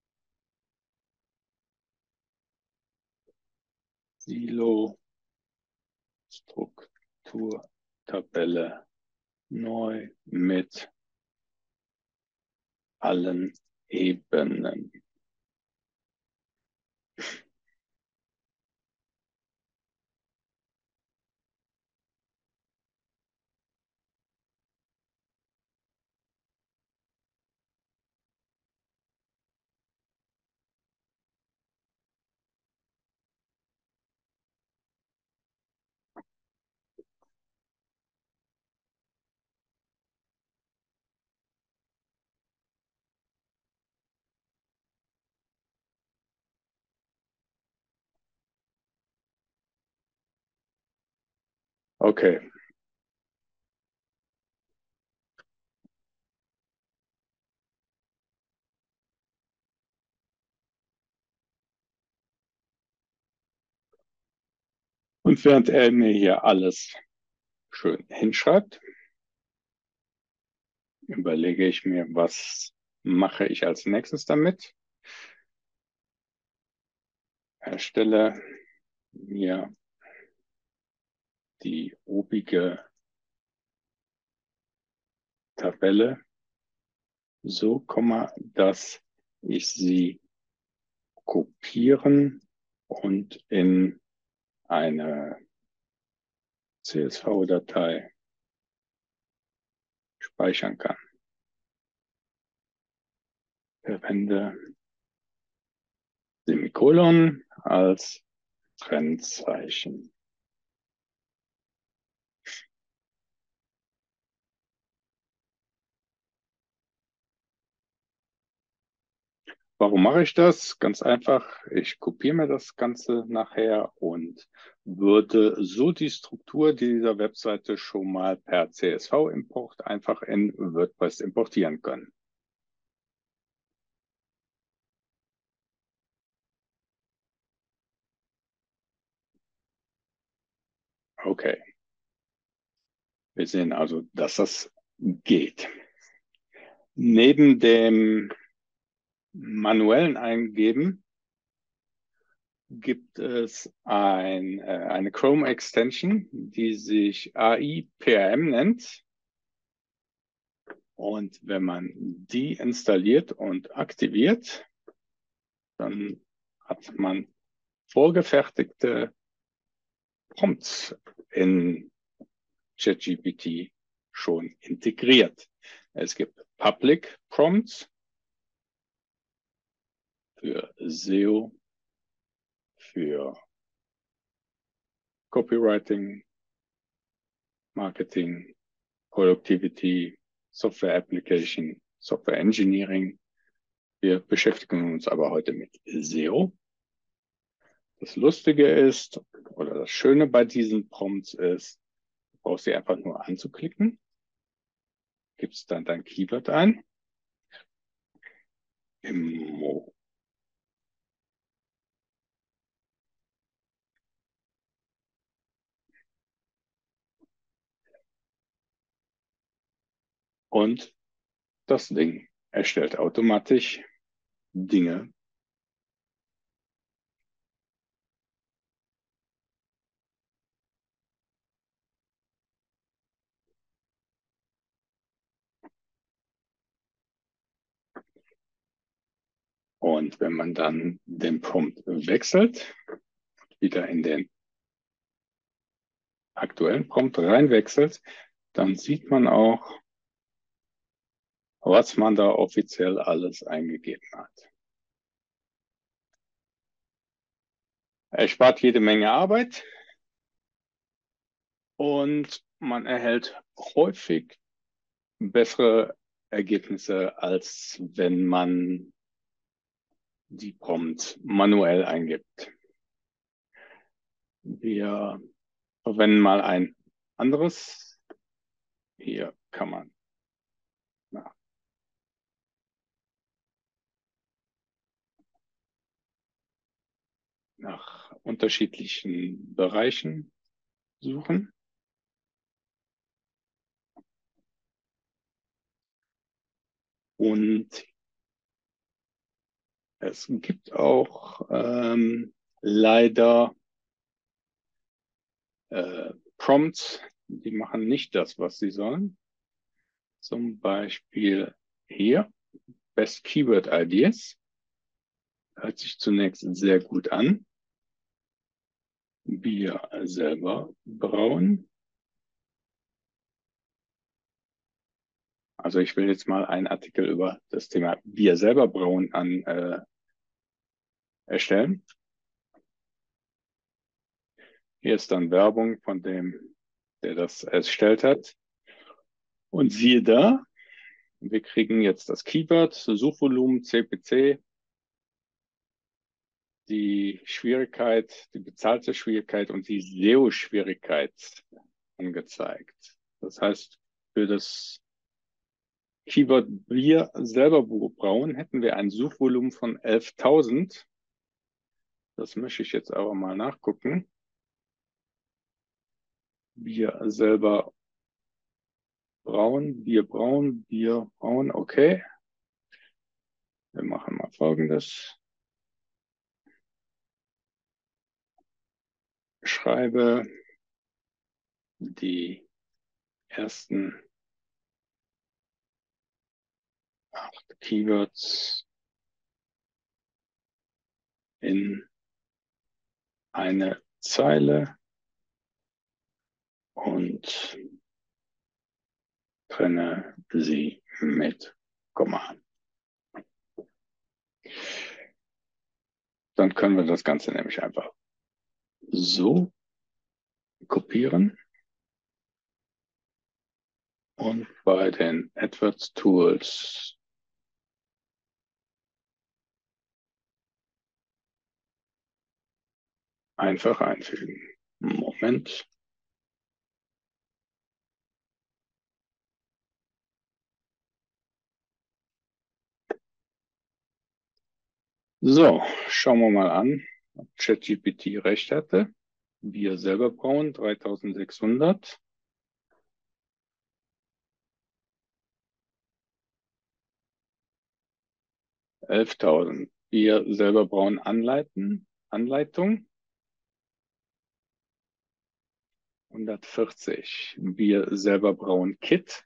Silo-Strukturtabelle neu mit allen Ebenen. Okay. Und während er mir hier alles schön hinschreibt, überlege ich mir, was mache ich als nächstes damit. Erstelle mir die obige Tabelle so, dass ich sie kopieren und in eine C S V-Datei speichern kann. Verwende Semikolon als Trennzeichen. Warum mache ich das? Ganz einfach, ich kopiere mir das Ganze nachher und würde so die Struktur dieser Webseite schon mal per C S V-Import einfach in WordPress importieren können. Okay. Wir sehen also, dass das geht. Neben dem manuellen Eingeben gibt es ein, äh, eine Chrome-Extension, die sich A I P R M nennt. Und wenn man die installiert und aktiviert, dann hat man vorgefertigte Prompts in ChatGPT schon integriert. Es gibt Public Prompts für S E O, für Copywriting, Marketing, Productivity, Software Application, Software Engineering. Wir beschäftigen uns aber heute mit S E O. Das Lustige ist, oder das Schöne bei diesen Prompts ist, du brauchst sie einfach nur anzuklicken, gibst dann dein Keyword ein. Im Und das Ding erstellt automatisch Dinge. Und wenn man dann den Prompt wechselt, wieder in den aktuellen Prompt reinwechselt, dann sieht man auch, was man da offiziell alles eingegeben hat. Er spart jede Menge Arbeit und man erhält häufig bessere Ergebnisse, als wenn man die Prompt manuell eingibt. Wir verwenden mal ein anderes. Hier kann man nach, nach unterschiedlichen Bereichen suchen. Und es gibt auch ähm, leider äh, Prompts, die machen nicht das, was sie sollen. Zum Beispiel hier, Best Keyword Ideas. Hört sich zunächst sehr gut an. Bier selber brauen. Also ich will jetzt mal einen Artikel über das Thema Bier selber brauen an, äh, erstellen. Hier ist dann Werbung von dem, der das erstellt hat. Und siehe da, wir kriegen jetzt das Keyword, Suchvolumen, C P C, die Schwierigkeit, die bezahlte Schwierigkeit und die S E O-Schwierigkeit angezeigt. Das heißt, für das Keyword Bier selber brauen hätten wir ein Suchvolumen von elftausend. Das möchte ich jetzt aber mal nachgucken. Bier selber brauen, Bier brauen, Bier brauen, okay. Wir machen mal Folgendes. Schreibe die ersten acht Keywords in eine Zeile und trenne sie mit Komma. Dann können wir das Ganze nämlich einfach so kopieren und bei den AdWords Tools einfach einfügen. Moment. So, schauen wir mal an, ob ChatGPT recht hatte. Wir selber brauchen dreitausendsechshundert. elftausend. Wir selber brauchen Anleiten, Anleitung. hundertvierzig. Wir selber brauchen Kit.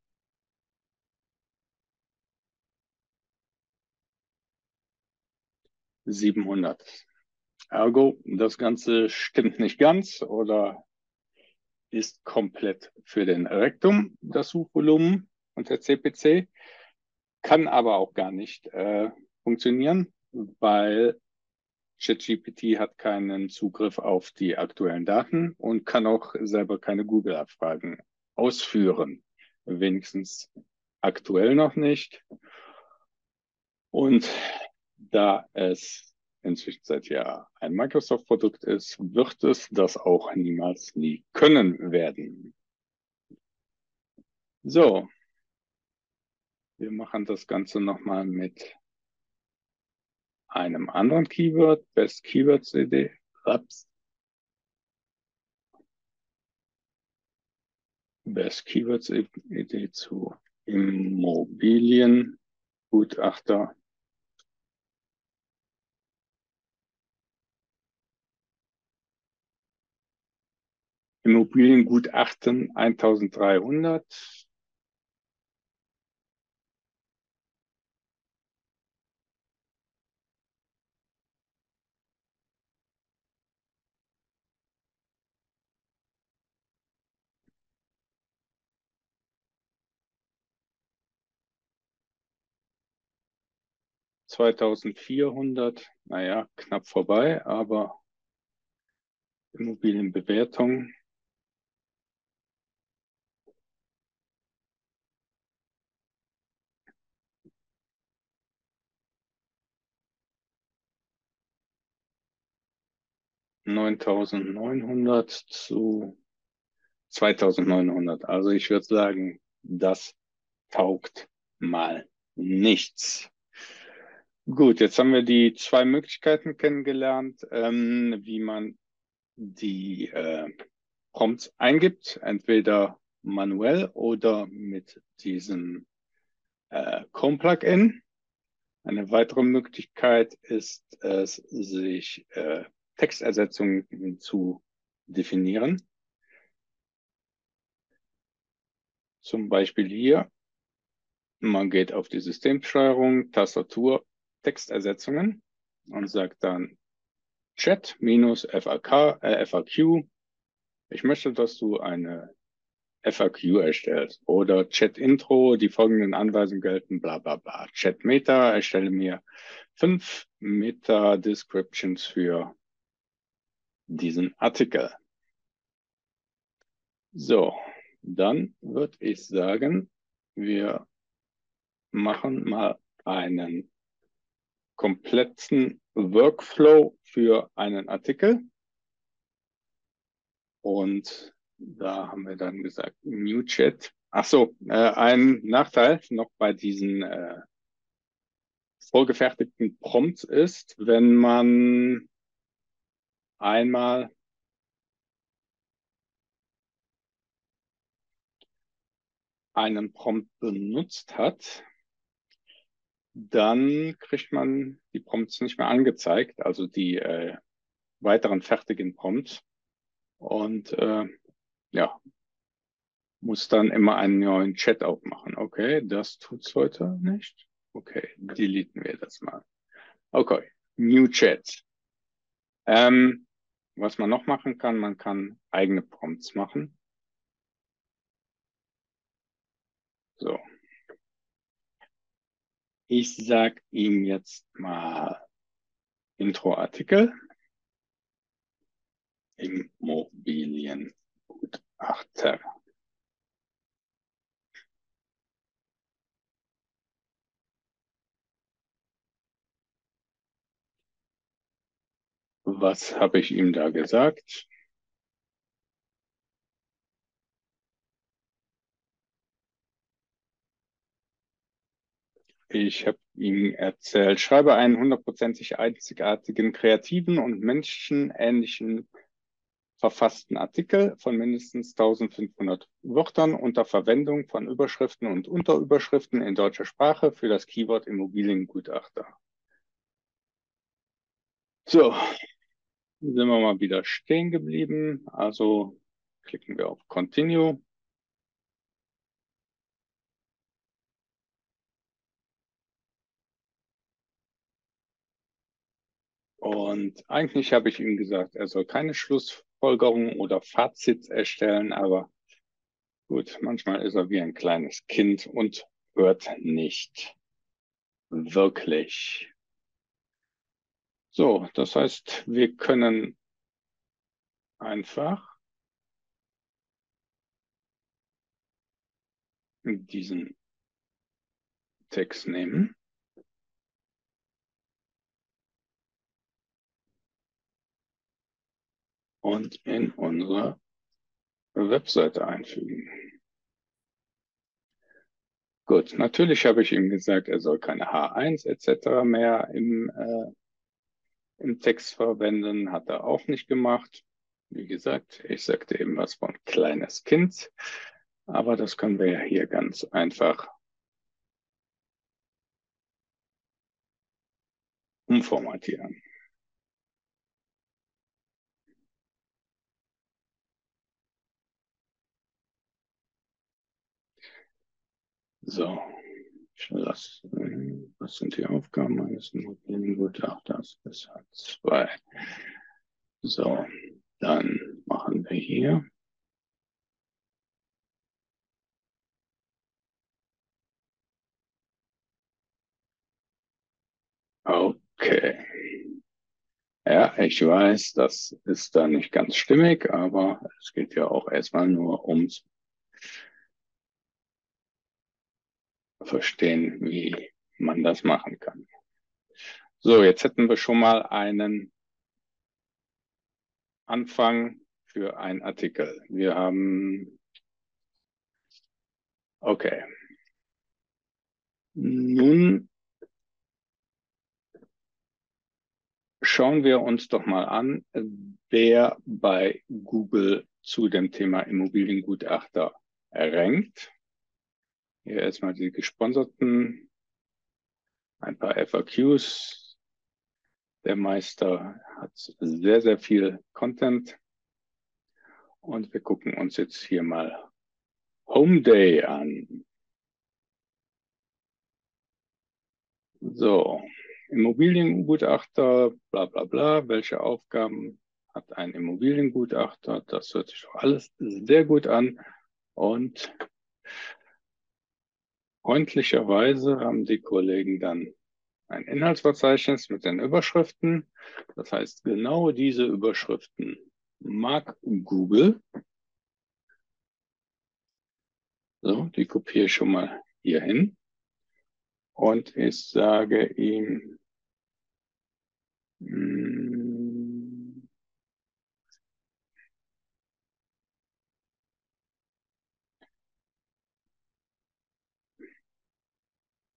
siebenhundert. Ergo, das Ganze stimmt nicht ganz oder ist komplett für den Rektum, das Suchvolumen und der C P C. Kann aber auch gar nicht äh, funktionieren, weil ChatGPT hat keinen Zugriff auf die aktuellen Daten und kann auch selber keine Google-Abfragen ausführen. Wenigstens aktuell noch nicht. Und da es inzwischen seit Jahr ein Microsoft-Produkt ist, wird es das auch niemals nie können werden. So, wir machen das Ganze nochmal mit einem anderen Keyword, Best Keywords Idee, Raps. Best Keywords Idee zu Immobiliengutachter. Immobiliengutachten eintausenddreihundert. zweitausendvierhundert, naja, knapp vorbei, aber Immobilienbewertung. neuntausendneunhundert zu zweitausendneunhundert. Also ich würde sagen, das taugt mal nichts. Gut, jetzt haben wir die zwei Möglichkeiten kennengelernt, ähm, wie man die äh, Prompts eingibt, entweder manuell oder mit diesem äh, Chrome-Plugin. Eine weitere Möglichkeit ist es, sich äh, Textersetzungen zu definieren. Zum Beispiel hier. Man geht auf die Systemsteuerung, Tastatur, Textersetzungen und sagt dann Chat minus F A K, äh, F A Q. Ich möchte, dass du eine F A Q erstellst. Oder Chat Intro, die folgenden Anweisungen gelten, bla bla bla. Chat Meta, erstelle mir fünf Meta Descriptions für diesen Artikel. So, dann würde ich sagen, wir machen mal einen kompletten Workflow für einen Artikel und Da haben wir dann gesagt, New Chat. Ach so, äh, ein Nachteil noch bei diesen äh, vorgefertigten Prompts ist, wenn man einmal einen Prompt benutzt hat, dann kriegt man die Prompts nicht mehr angezeigt, also die äh, weiteren fertigen Prompts. Und äh, ja, muss dann immer einen neuen Chat aufmachen. Okay, das tut's heute nicht. Okay, deleten wir das mal. Okay, New Chat. Ähm, was man noch machen kann, man kann eigene Prompts machen. So. Ich sag ihm jetzt mal Intro-Artikel. Immobiliengutachter. Was habe ich ihm da gesagt? Ich habe ihm erzählt, schreibe einen hundertprozentig einzigartigen, kreativen und menschenähnlichen verfassten Artikel von mindestens eintausendfünfhundert Wörtern unter Verwendung von Überschriften und Unterüberschriften in deutscher Sprache für das Keyword Immobiliengutachter. So, sind wir mal wieder stehen geblieben. Also klicken wir auf Continue. Und eigentlich habe ich ihm gesagt, er soll keine Schlussfolgerungen oder Fazits erstellen, aber gut, manchmal ist er wie ein kleines Kind und hört nicht wirklich. So, das heißt, wir können einfach diesen Text nehmen und in unsere Webseite einfügen. Gut, natürlich habe ich ihm gesagt, er soll keine H eins et cetera mehr im, äh, im Text verwenden. Hat er auch nicht gemacht. Wie gesagt, ich sagte eben was von kleines Kind. Aber das können wir ja hier ganz einfach umformatieren. So, ich lasse, was sind die Aufgaben eines Immobiliengutachters? Das hat zwei. So, dann machen wir hier. Okay. Ja, ich weiß, das ist da nicht ganz stimmig, aber es geht ja auch erstmal nur ums Verstehen, wie man das machen kann. So, jetzt hätten wir schon mal einen Anfang für einen Artikel. Wir haben, okay. Nun schauen wir uns doch mal an, wer bei Google zu dem Thema Immobiliengutachter rankt. Hier erstmal die gesponserten, ein paar F A Qs. Der Meister hat sehr, sehr viel Content. Und wir gucken uns jetzt hier mal Home Day an. So, Immobiliengutachter, bla bla bla. Welche Aufgaben hat ein Immobiliengutachter? Das hört sich doch alles sehr gut an. Und freundlicherweise haben die Kollegen dann ein Inhaltsverzeichnis mit den Überschriften. Das heißt, genau diese Überschriften mag Google. So, die kopiere ich schon mal hier hin. Und ich sage ihm,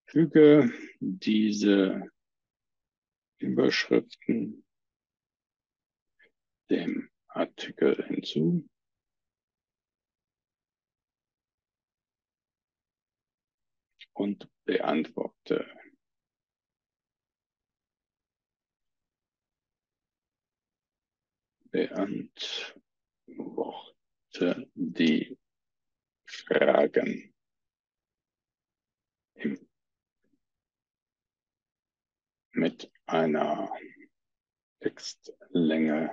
Füge diese Überschriften dem Artikel hinzu. Und beantworte beantworte die Fragen im, mit einer Textlänge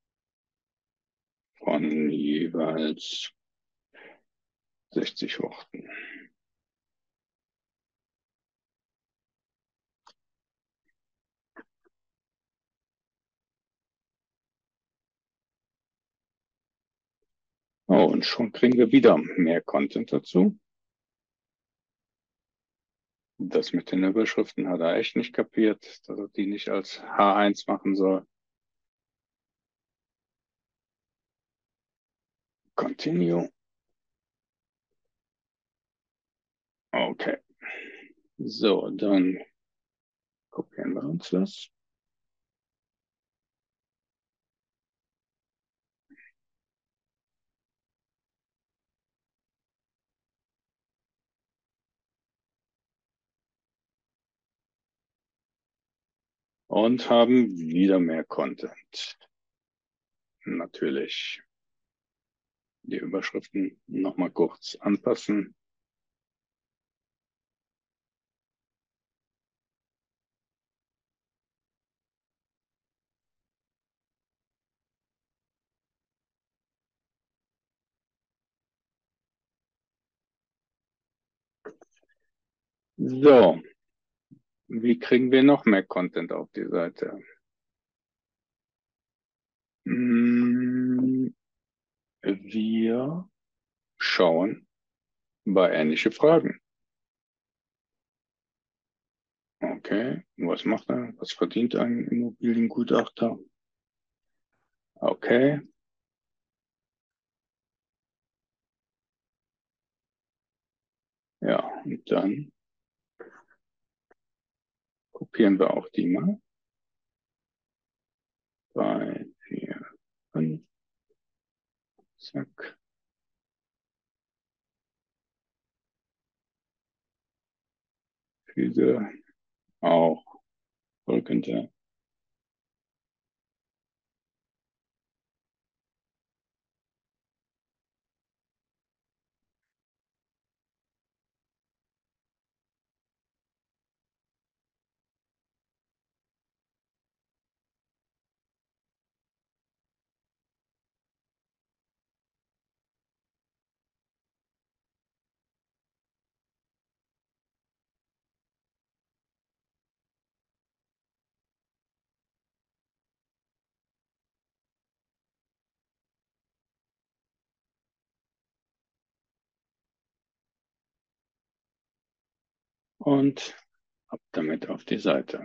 von jeweils sechzig Worten. Oh, und schon kriegen wir wieder mehr Content dazu. Das mit den Überschriften hat er echt nicht kapiert, dass er die nicht als H eins machen soll. Continue. Okay. So, dann kopieren wir uns das. Und haben wieder mehr Content. Natürlich die Überschriften nochmal kurz anpassen. So, wie kriegen wir noch mehr Content auf die Seite? Hm, wir schauen bei ähnliche Fragen. Okay, was macht er? Was verdient ein Immobiliengutachter? Okay. Ja, und dann kopieren wir auch die mal. Drei, vier, fünf. Zack. Füge auch folgende und ab damit auf die Seite.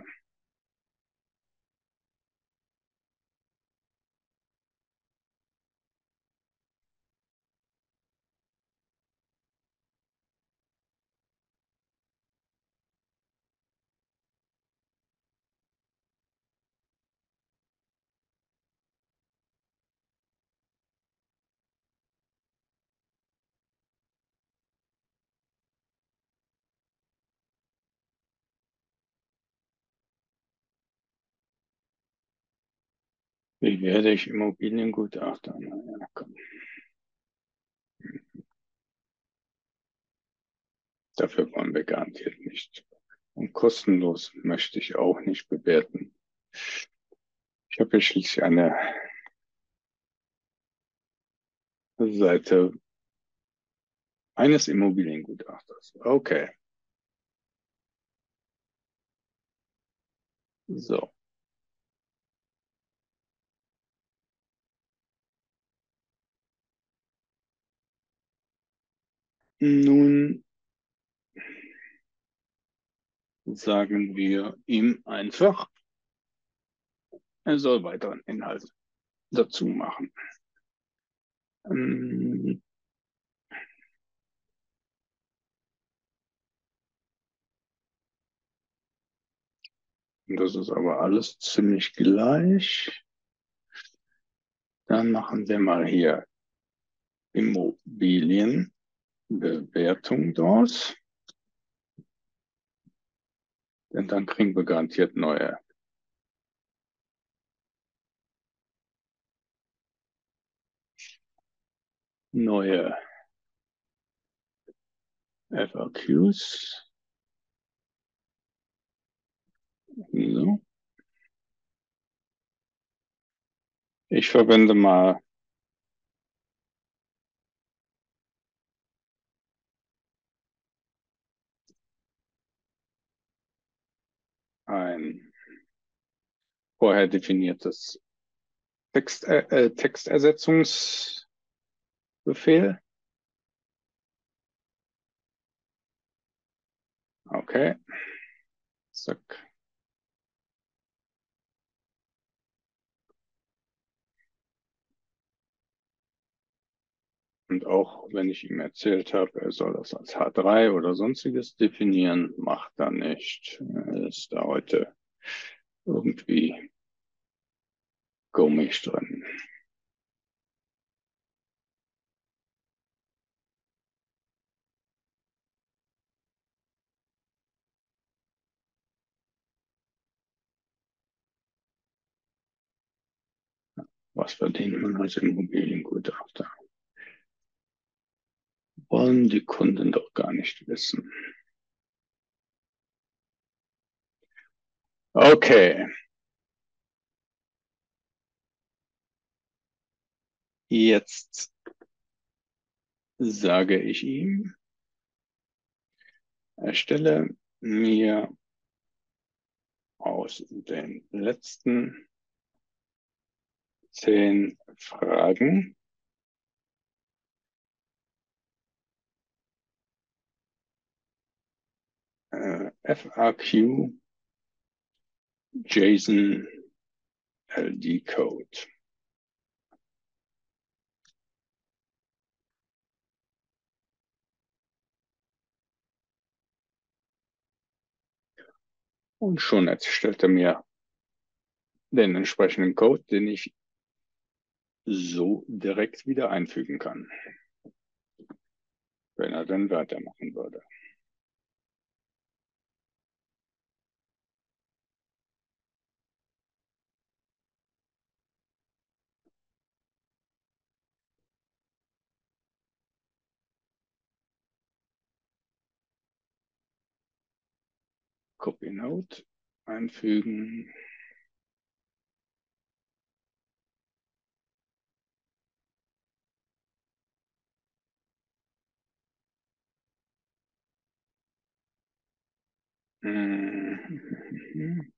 Wie werde ich Immobiliengutachter? Naja, komm. Dafür wollen wir garantiert nicht. Und kostenlos möchte ich auch nicht bewerten. Ich habe hier schließlich eine Seite eines Immobiliengutachters. Okay. So. Nun sagen wir ihm einfach, er soll weiteren Inhalt dazu machen. Ähm, Das ist aber alles ziemlich gleich. Dann machen wir mal hier Immobilienbewertung draus. Denn dann kriegen wir garantiert neue. Neue F A Qs. So. Ich verwende mal ein vorher definiertes Text, äh, Textersetzungsbefehl. Okay. Zack. Und auch wenn ich ihm erzählt habe, er soll das als H drei oder sonstiges definieren, macht er nicht. Er ist da heute irgendwie komisch drin. Was verdient man als Immobiliengutachter? Wollen die Kunden doch gar nicht wissen. Okay. Jetzt sage ich ihm, erstelle mir aus den letzten zehn Fragen äh, F A Q JSON L D Code. Und schon erstellt er mir den entsprechenden Code, den ich so direkt wieder einfügen kann, wenn er dann weitermachen würde. Copy Note einfügen. Mhm.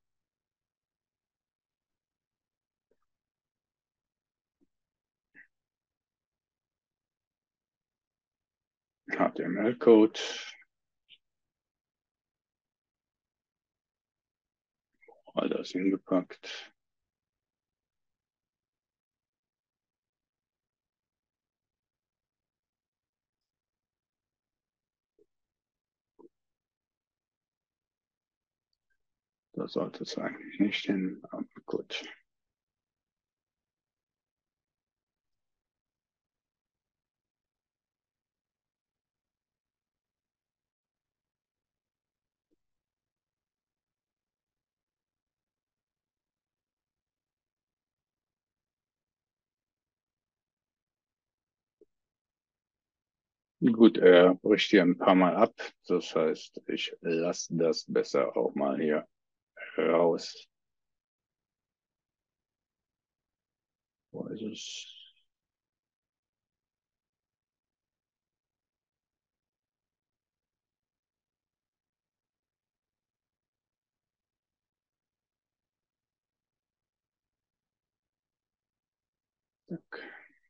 H T M L-Code. All das hingepackt. Da sollte es eigentlich nicht hin, aber gut. Gut, er bricht hier ein paar Mal ab. Das heißt, ich lasse das besser auch mal hier raus. Wo ist es? Zack.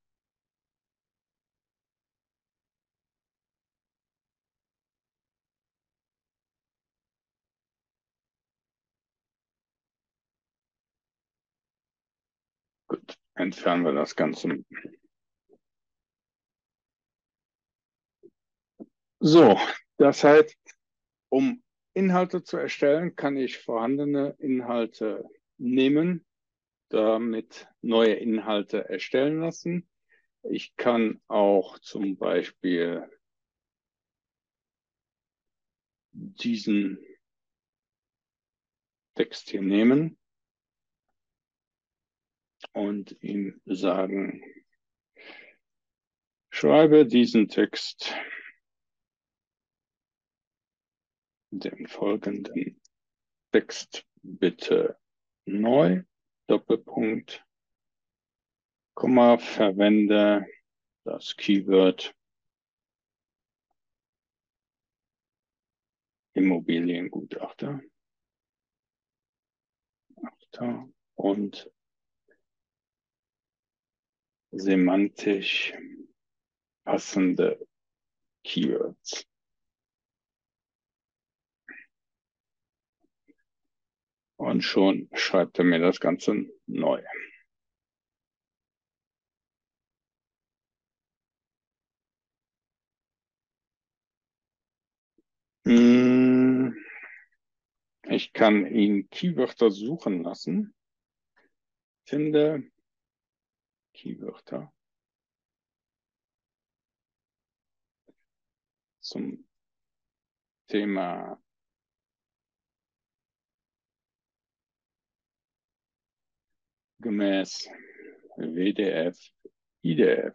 Gut, entfernen wir das Ganze. So, das heißt, um Inhalte zu erstellen, kann ich vorhandene Inhalte nehmen, damit neue Inhalte erstellen lassen. Ich kann auch zum Beispiel diesen Text hier nehmen und ihm sagen, schreibe diesen Text den folgenden Text bitte neu, Doppelpunkt, Komma, verwende das Keyword Immobiliengutachter und semantisch passende Keywords. Und schon schreibt er mir das Ganze neu. Ich kann ihn Keywörter suchen lassen. Finde Keywörter zum Thema gemäß W D F, I D F.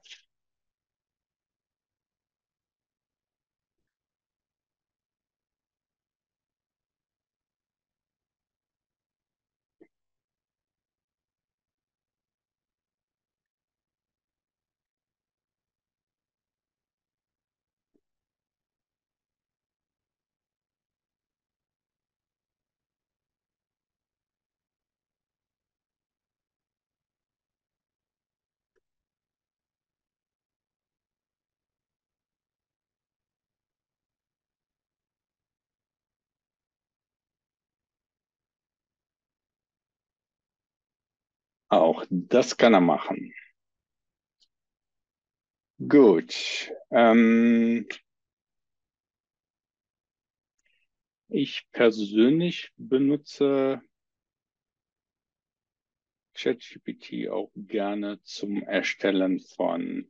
Auch das kann er machen. Gut. Ähm, ich persönlich benutze ChatGPT auch gerne zum Erstellen von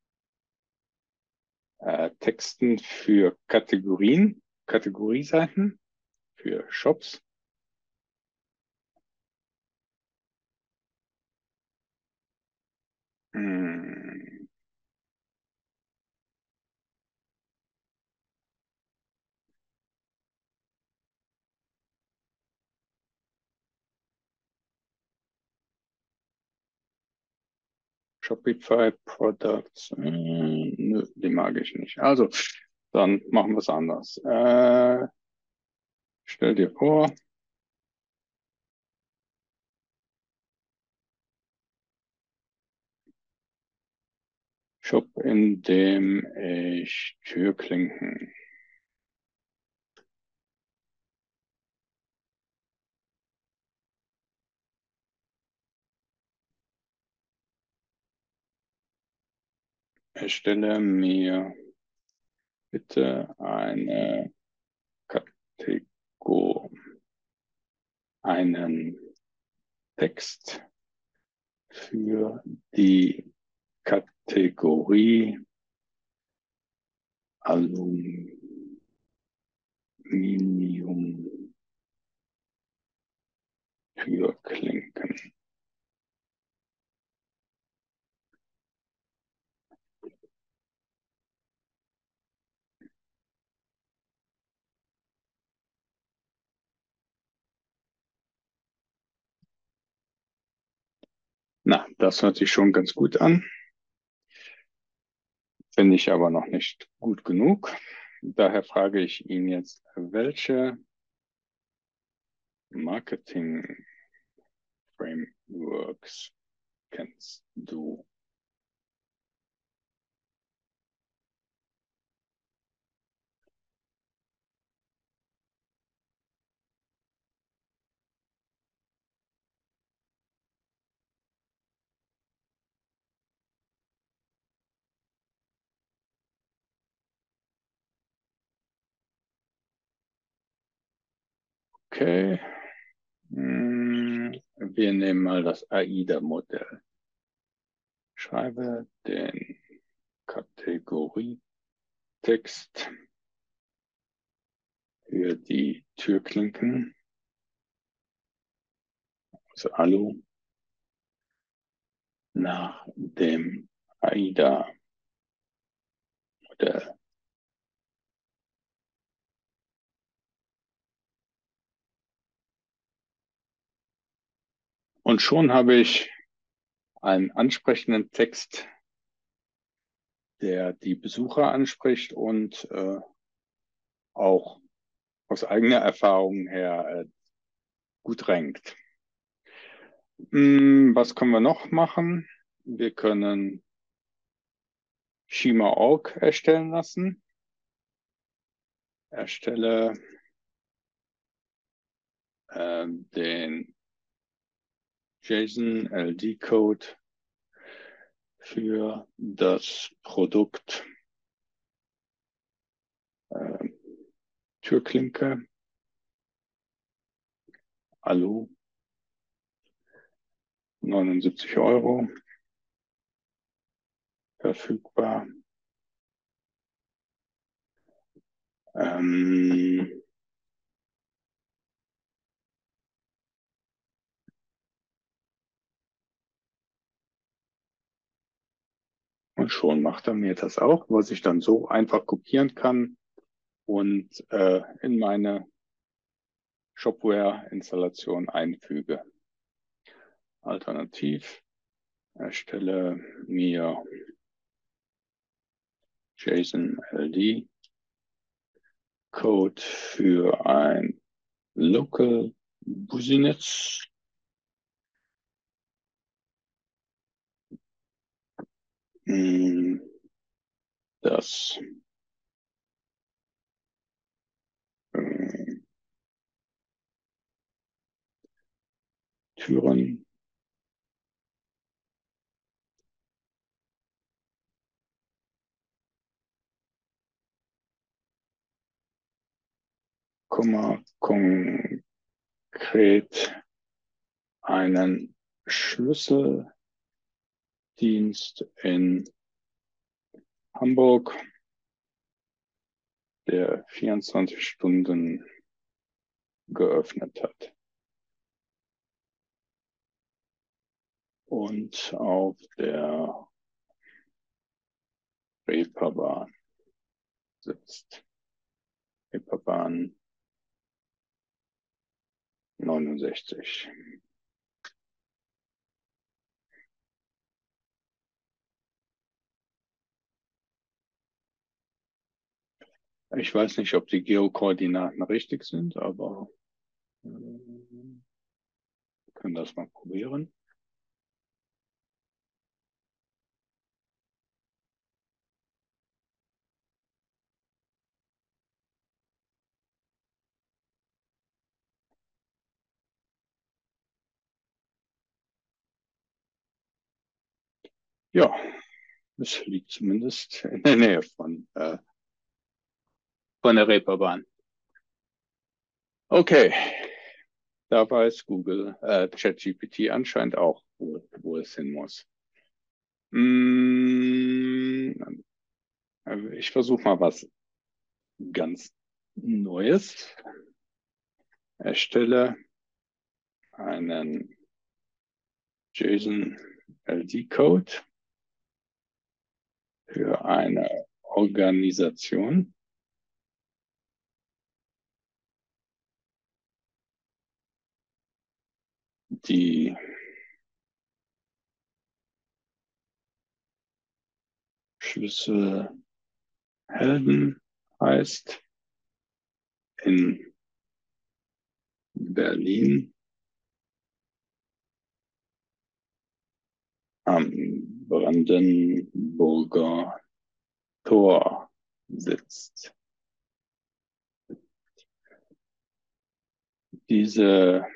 äh, Texten für Kategorien, Kategorieseiten, für Shops. Hm. Shopify Products, äh, nö, die mag ich nicht. Also, dann machen wir es anders. Äh, stell dir vor, Shop, in dem ich Türklinken erstelle, mir bitte eine Kategorie, einen Text für die Kategorie Aluminium Türklinken. Na, das hört sich schon ganz gut an. Finde ich aber noch nicht gut genug. Daher frage ich ihn jetzt, welche Marketing-Frameworks kennst du? Okay. Wir nehmen mal das AIDA-Modell. Schreibe den Kategorietext für die Türklinken aus Alu nach dem AIDA-Modell. Und schon habe ich einen ansprechenden Text, der die Besucher anspricht und äh, auch aus eigener Erfahrung her äh, gut rankt. Hm, was können wir noch machen? Wir können Schema Punkt org erstellen lassen. Erstelle äh, den JSON L D-Code für das Produkt äh, Türklinke Alu neunundsiebzig Euro verfügbar. Ähm, und schon macht er mir das auch, was ich dann so einfach kopieren kann und äh, in meine Shopware-Installation einfüge. Alternativ erstelle mir JSON L D Code für ein Local Business. Das äh, Türen konkret einen Schlüsseldienst in Hamburg, der vierundzwanzig Stunden geöffnet hat und auf der Reeperbahn sitzt. Reeperbahn neunundsechzig. Ich weiß nicht, ob die Geokoordinaten richtig sind, aber äh, wir können das mal probieren. Ja, es liegt zumindest in der Nähe von, äh, von der Reeperbahn. Okay, da weiß Google, äh, ChatGPT anscheinend auch, wo, wo es hin muss. Mm, ich versuche mal was ganz Neues. Erstelle einen JSON L D-Code für eine Organisation, die Schlüsselhelden heißt, in Berlin am Brandenburger Tor sitzt. Diese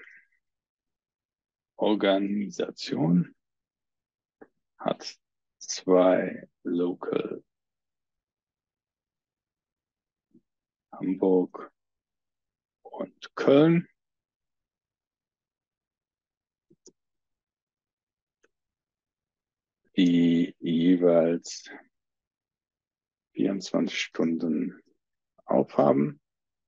Organisation hat zwei Local, Hamburg und Köln. die jeweils vierundzwanzig Stunden aufhaben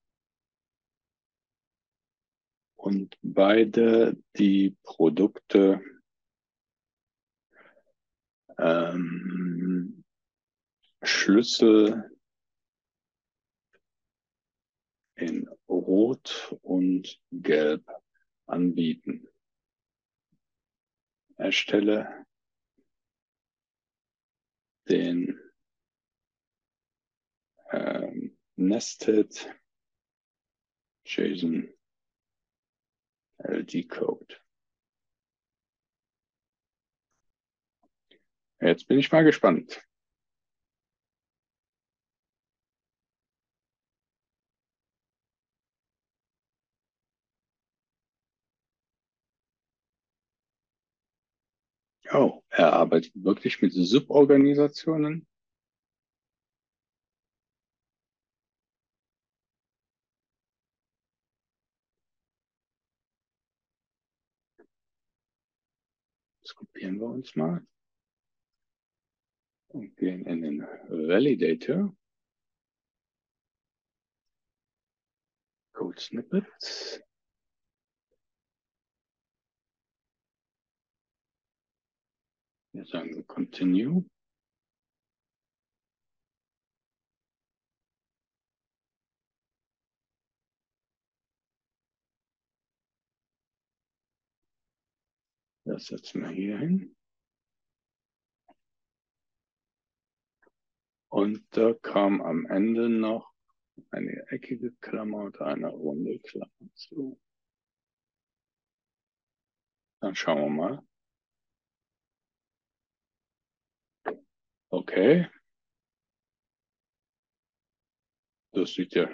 und beide die Produkte ähm, Schlüssel in Rot und Gelb anbieten. Erstelle den ähm, Nested JSON L D Code. Jetzt bin ich mal gespannt. Oh, er arbeitet wirklich mit Suborganisationen. Das kopieren wir uns mal und gehen in den Validator. Code Snippets. Hier sagen wir Continue. Das setzen wir hier hin. Und da kam am Ende noch eine eckige Klammer und eine runde Klammer zu. Dann schauen wir mal. Okay. Das sieht ja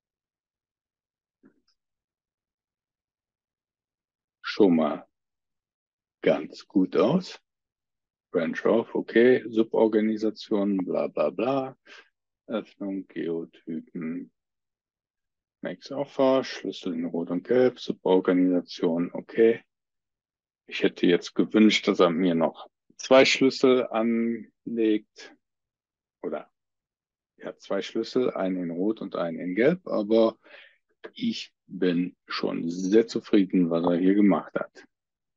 schon mal ganz gut aus. Branch off, okay. Suborganisation, bla bla bla. Öffnung, Geotypen. Makes Offer, Schlüssel in Rot und Gelb, Suborganisation, okay. Ich hätte jetzt gewünscht, dass er mir noch zwei Schlüssel anlegt. Oder ja, zwei Schlüssel, einen in Rot und einen in Gelb, aber ich bin schon sehr zufrieden, was er hier gemacht hat.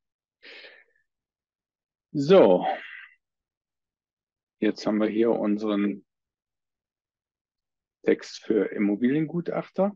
So, jetzt haben wir hier unseren Text für Immobiliengutachter.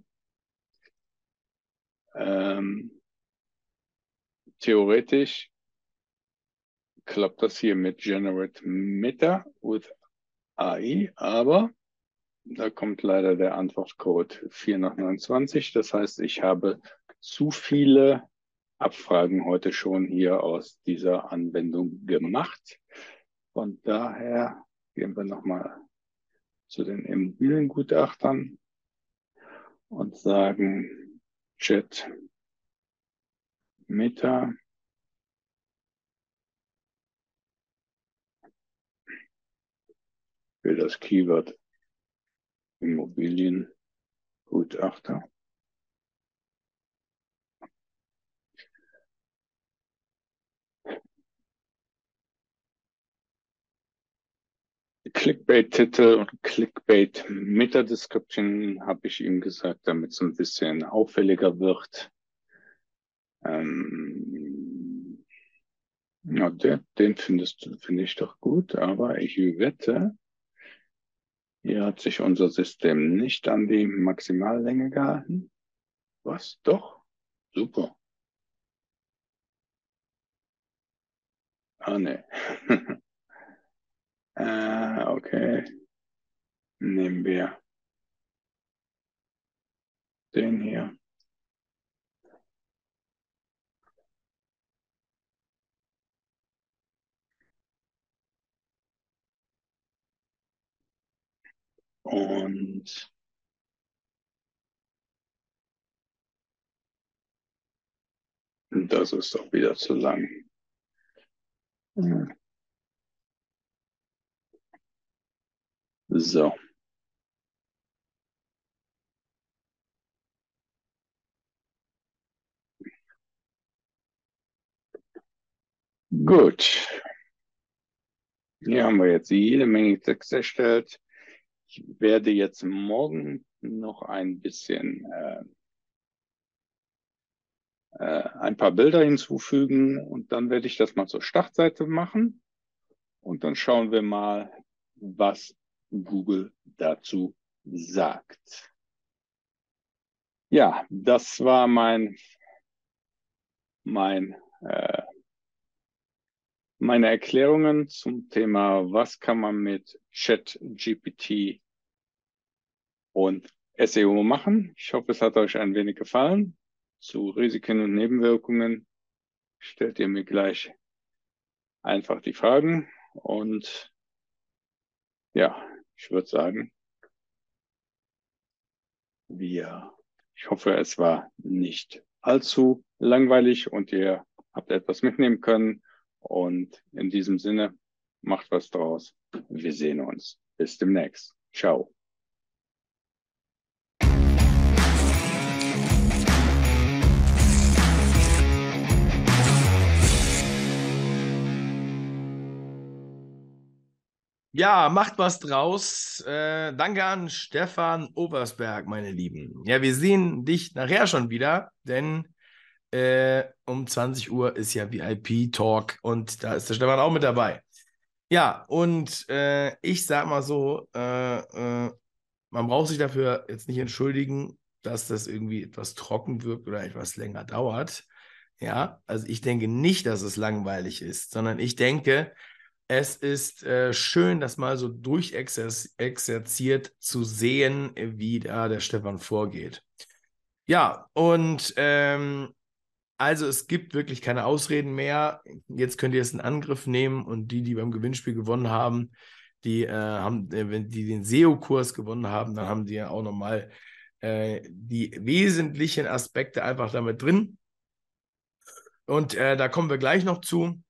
Ähm, theoretisch klappt das hier mit Generate Meta with A I, aber da kommt leider der Antwortcode vier nach neunundzwanzig. Das heißt, ich habe zu viele Abfragen heute schon hier aus dieser Anwendung gemacht. Von daher gehen wir nochmal zu den Immobiliengutachtern und sagen Chat Meta für das Keyword Immobiliengutachter. Clickbait-Titel und Clickbait-Meta-Description habe ich ihm gesagt, damit es ein bisschen auffälliger wird. Ähm, ja, der, den findest du, finde ich doch gut, aber ich wette, hier hat sich unser System nicht an die Maximallänge gehalten. Was? Doch? Super. Ah, ne. äh, okay. Nehmen wir den hier. Und das ist doch wieder zu lang. So. Gut. Hier haben wir jetzt jede Menge Text erstellt. Ich werde jetzt morgen noch ein bisschen äh, äh, ein paar Bilder hinzufügen und dann werde ich das mal zur Startseite machen und dann schauen wir mal, was Google dazu sagt. Ja, das war mein, mein, äh, meine Erklärungen zum Thema, was kann man mit ChatGPT und S E O machen. Ich hoffe, es hat euch ein wenig gefallen. Zu Risiken und Nebenwirkungen stellt ihr mir gleich einfach die Fragen. Und ja, ich würde sagen, wir, ich hoffe, es war nicht allzu langweilig und ihr habt etwas mitnehmen können. Und in diesem Sinne, macht was draus. Wir sehen uns. Bis demnächst. Ciao. Ja, macht was draus. Äh, danke an Stefan Obersberg, meine Lieben. Ja, wir sehen dich nachher schon wieder, denn äh, um zwanzig Uhr ist ja V I P-Talk und da ist der Stefan auch mit dabei. Ja, und äh, ich sag mal so, äh, äh, man braucht sich dafür jetzt nicht entschuldigen, dass das irgendwie etwas trocken wirkt oder etwas länger dauert. Ja, also ich denke nicht, dass es langweilig ist, sondern ich denke, es ist äh, schön, das mal so durchexerziert zu sehen, wie da der Stefan vorgeht. Ja, und ähm, also es gibt wirklich keine Ausreden mehr. Jetzt könnt ihr es in Angriff nehmen und die, die beim Gewinnspiel gewonnen haben, die äh, haben, äh, wenn die den S E O-Kurs gewonnen haben, dann haben die ja auch nochmal äh, die wesentlichen Aspekte einfach damit drin. Und äh, da kommen wir gleich noch zu.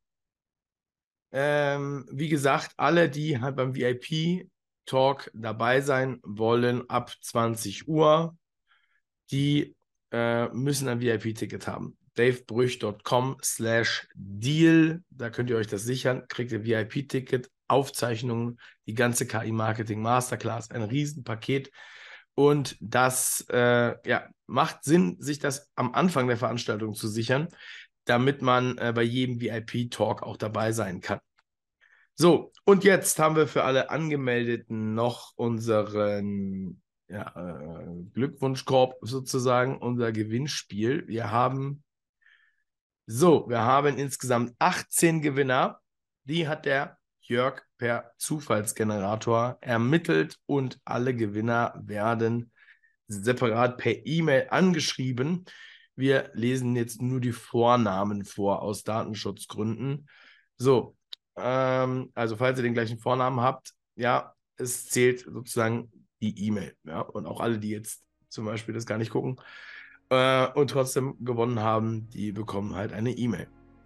Ähm, wie gesagt, alle, die halt beim V I P-Talk dabei sein wollen, ab zwanzig Uhr, die äh, müssen ein V I P-Ticket haben. davebrüch.com slash deal, da könnt ihr euch das sichern, kriegt ihr V I P-Ticket, Aufzeichnungen, die ganze K I-Marketing Masterclass, ein Riesenpaket. Und das äh, ja, macht Sinn, sich das am Anfang der Veranstaltung zu sichern, damit man äh, bei jedem V I P-Talk auch dabei sein kann. So, und jetzt haben wir für alle Angemeldeten noch unseren ja, äh, Glückwunschkorb sozusagen, unser Gewinnspiel. Wir haben, so, wir haben insgesamt achtzehn Gewinner. Die hat der Jörg per Zufallsgenerator ermittelt und alle Gewinner werden separat per E-Mail angeschrieben. Wir lesen jetzt nur die Vornamen vor aus Datenschutzgründen. So, ähm, also falls ihr den gleichen Vornamen habt, ja, es zählt sozusagen die E-Mail. Ja, und auch alle, die jetzt zum Beispiel das gar nicht gucken äh, und trotzdem gewonnen haben, die bekommen halt eine E-Mail.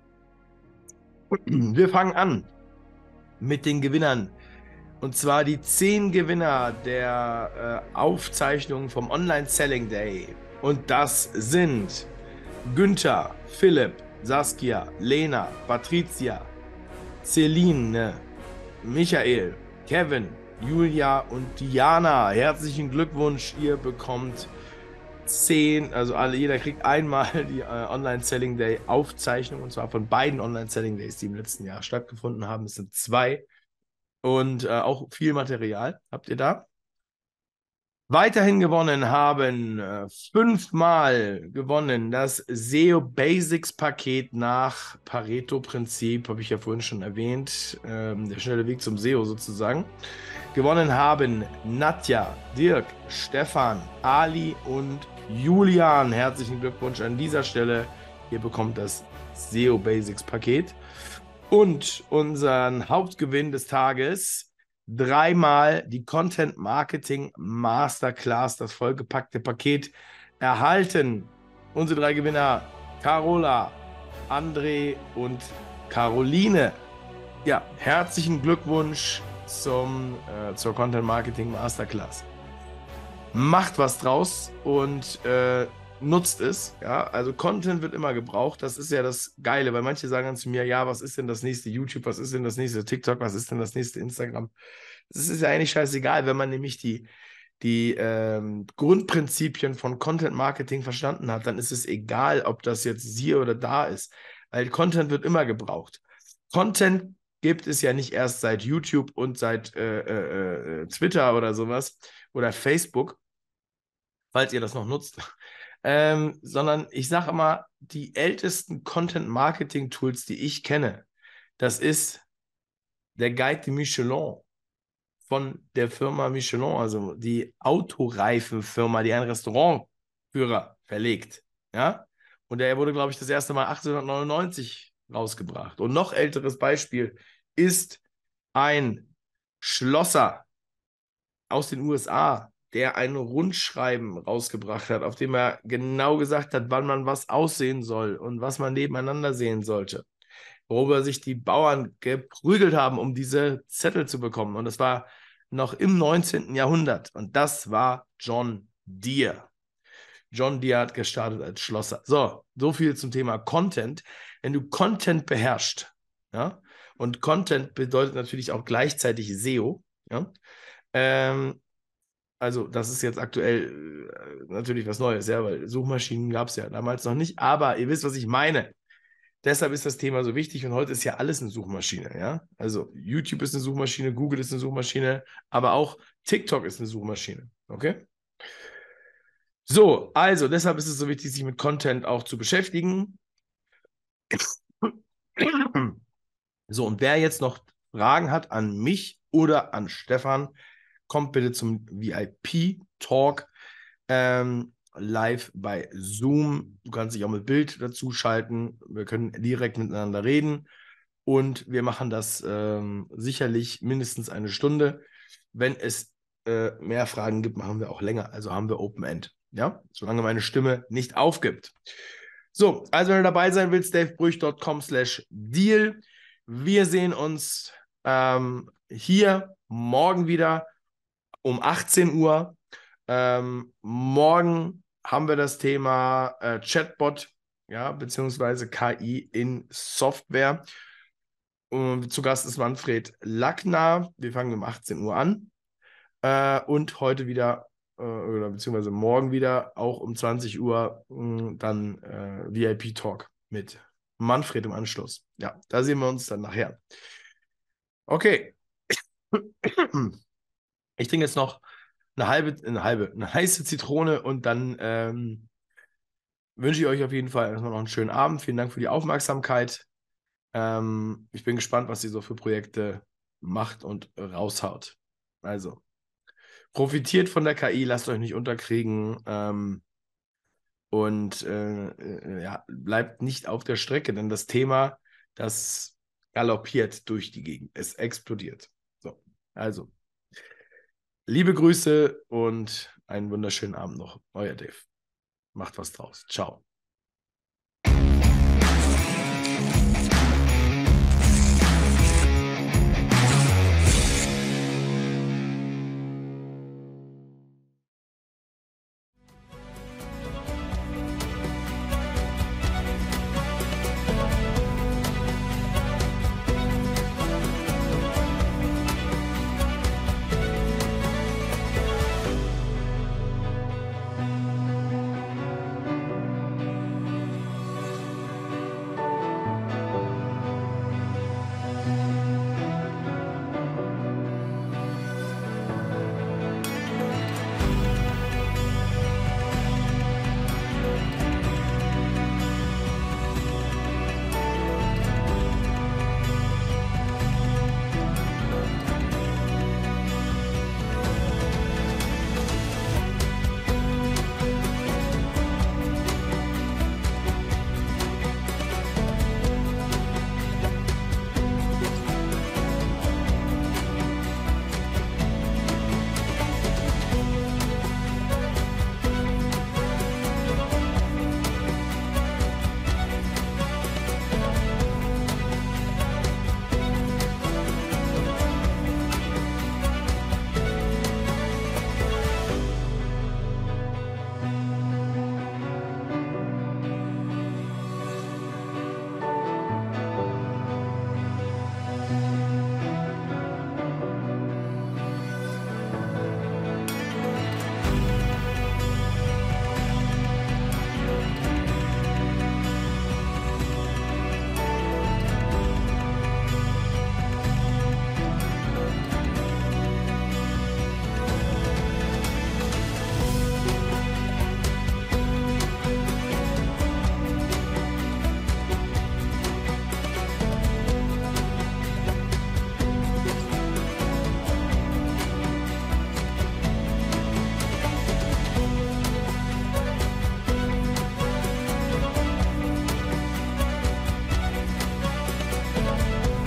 Wir fangen an mit den Gewinnern. Und zwar die zehn Gewinner der äh, Aufzeichnung vom Online Selling Day. Und das sind Günther, Philipp, Saskia, Lena, Patricia, Celine, Michael, Kevin, Julia und Diana. Herzlichen Glückwunsch, ihr bekommt zehn, also alle, jeder kriegt einmal die äh, Online Selling Day Aufzeichnung und zwar von beiden Online Selling Days, die im letzten Jahr stattgefunden haben. Es sind zwei. Und äh, auch viel Material habt ihr da. Weiterhin gewonnen haben äh, fünfmal gewonnen das S E O Basics Paket nach Pareto-Prinzip, habe ich ja vorhin schon erwähnt, ähm, der schnelle Weg zum S E O sozusagen. Gewonnen haben Nadja, Dirk, Stefan, Ali und Julian. Herzlichen Glückwunsch an dieser Stelle. Ihr bekommt das S E O Basics Paket. Und unseren Hauptgewinn des Tages, dreimal die Content Marketing Masterclass, das vollgepackte Paket, erhalten. Unsere drei Gewinner, Carola, André und Caroline. Ja, herzlichen Glückwunsch zum, äh, zur Content Marketing Masterclass. Macht was draus und äh, nutzt es. Ja, also Content wird immer gebraucht. Das ist ja das Geile, weil manche sagen dann zu mir, ja, was ist denn das nächste YouTube? Was ist denn das nächste TikTok? Was ist denn das nächste Instagram? Das ist ja eigentlich scheißegal, wenn man nämlich die, die ähm, Grundprinzipien von Content Marketing verstanden hat, dann ist es egal, ob das jetzt hier oder da ist, weil Content wird immer gebraucht. Content gibt es ja nicht erst seit YouTube und seit äh, äh, äh, Twitter oder sowas oder Facebook, falls ihr das noch nutzt, ähm, sondern ich sage immer, die ältesten Content-Marketing-Tools, die ich kenne, das ist der Guide de Michelin von der Firma Michelin, also die Autoreifenfirma, die einen Restaurantführer verlegt. Ja? Und der wurde, glaube ich, das erste Mal achtzehnhundertneunundneunzig rausgebracht. Und noch älteres Beispiel ist ein Schlosser aus den U S A, der ein Rundschreiben rausgebracht hat, auf dem er genau gesagt hat, wann man was aussehen soll und was man nebeneinander sehen sollte. Worüber sich die Bauern geprügelt haben, um diese Zettel zu bekommen. Und das war noch im neunzehnten Jahrhundert. Und das war John Deere. John Deere hat gestartet als Schlosser. So, so viel zum Thema Content. Wenn du Content beherrschst, ja, und Content bedeutet natürlich auch gleichzeitig S E O, ja, ähm, also das ist jetzt aktuell äh, natürlich was Neues, ja, weil Suchmaschinen gab es ja damals noch nicht, aber ihr wisst, was ich meine. Deshalb ist das Thema so wichtig und heute ist ja alles eine Suchmaschine, ja. Also YouTube ist eine Suchmaschine, Google ist eine Suchmaschine, aber auch TikTok ist eine Suchmaschine, okay? So, also deshalb ist es so wichtig, sich mit Content auch zu beschäftigen. So, und wer jetzt noch Fragen hat an mich oder an Stefan, kommt bitte zum V I P-Talk ähm, live bei Zoom. Du kannst dich auch mit Bild dazu schalten. Wir können direkt miteinander reden und wir machen das ähm, sicherlich mindestens eine Stunde. Wenn es äh, mehr Fragen gibt, machen wir auch länger. Also haben wir Open End. Ja, solange meine Stimme nicht aufgibt. So, also wenn du dabei sein willst, davebrüch punkt com slash deal. Wir sehen uns ähm, hier morgen wieder um achtzehn Uhr. Ähm, morgen haben wir das Thema äh, Chatbot, ja, beziehungsweise K I in Software. Und zu Gast ist Manfred Lackner. Wir fangen um achtzehn Uhr an. Äh, und heute wieder, äh, oder beziehungsweise morgen wieder, auch um zwanzig Uhr, mh, dann äh, V I P-Talk mit Manfred im Anschluss. Ja, da sehen wir uns dann nachher. Okay. Ich trinke jetzt noch eine halbe, eine halbe, eine heiße Zitrone und dann ähm, wünsche ich euch auf jeden Fall erstmal noch einen schönen Abend. Vielen Dank für die Aufmerksamkeit. Ähm, ich bin gespannt, was ihr so für Projekte macht und raushaut. Also, profitiert von der K I, lasst euch nicht unterkriegen ähm, und äh, äh, ja, bleibt nicht auf der Strecke, denn das Thema, das galoppiert durch die Gegend. Es explodiert. So, also, liebe Grüße und einen wunderschönen Abend noch. Euer Dave. Macht was draus. Ciao.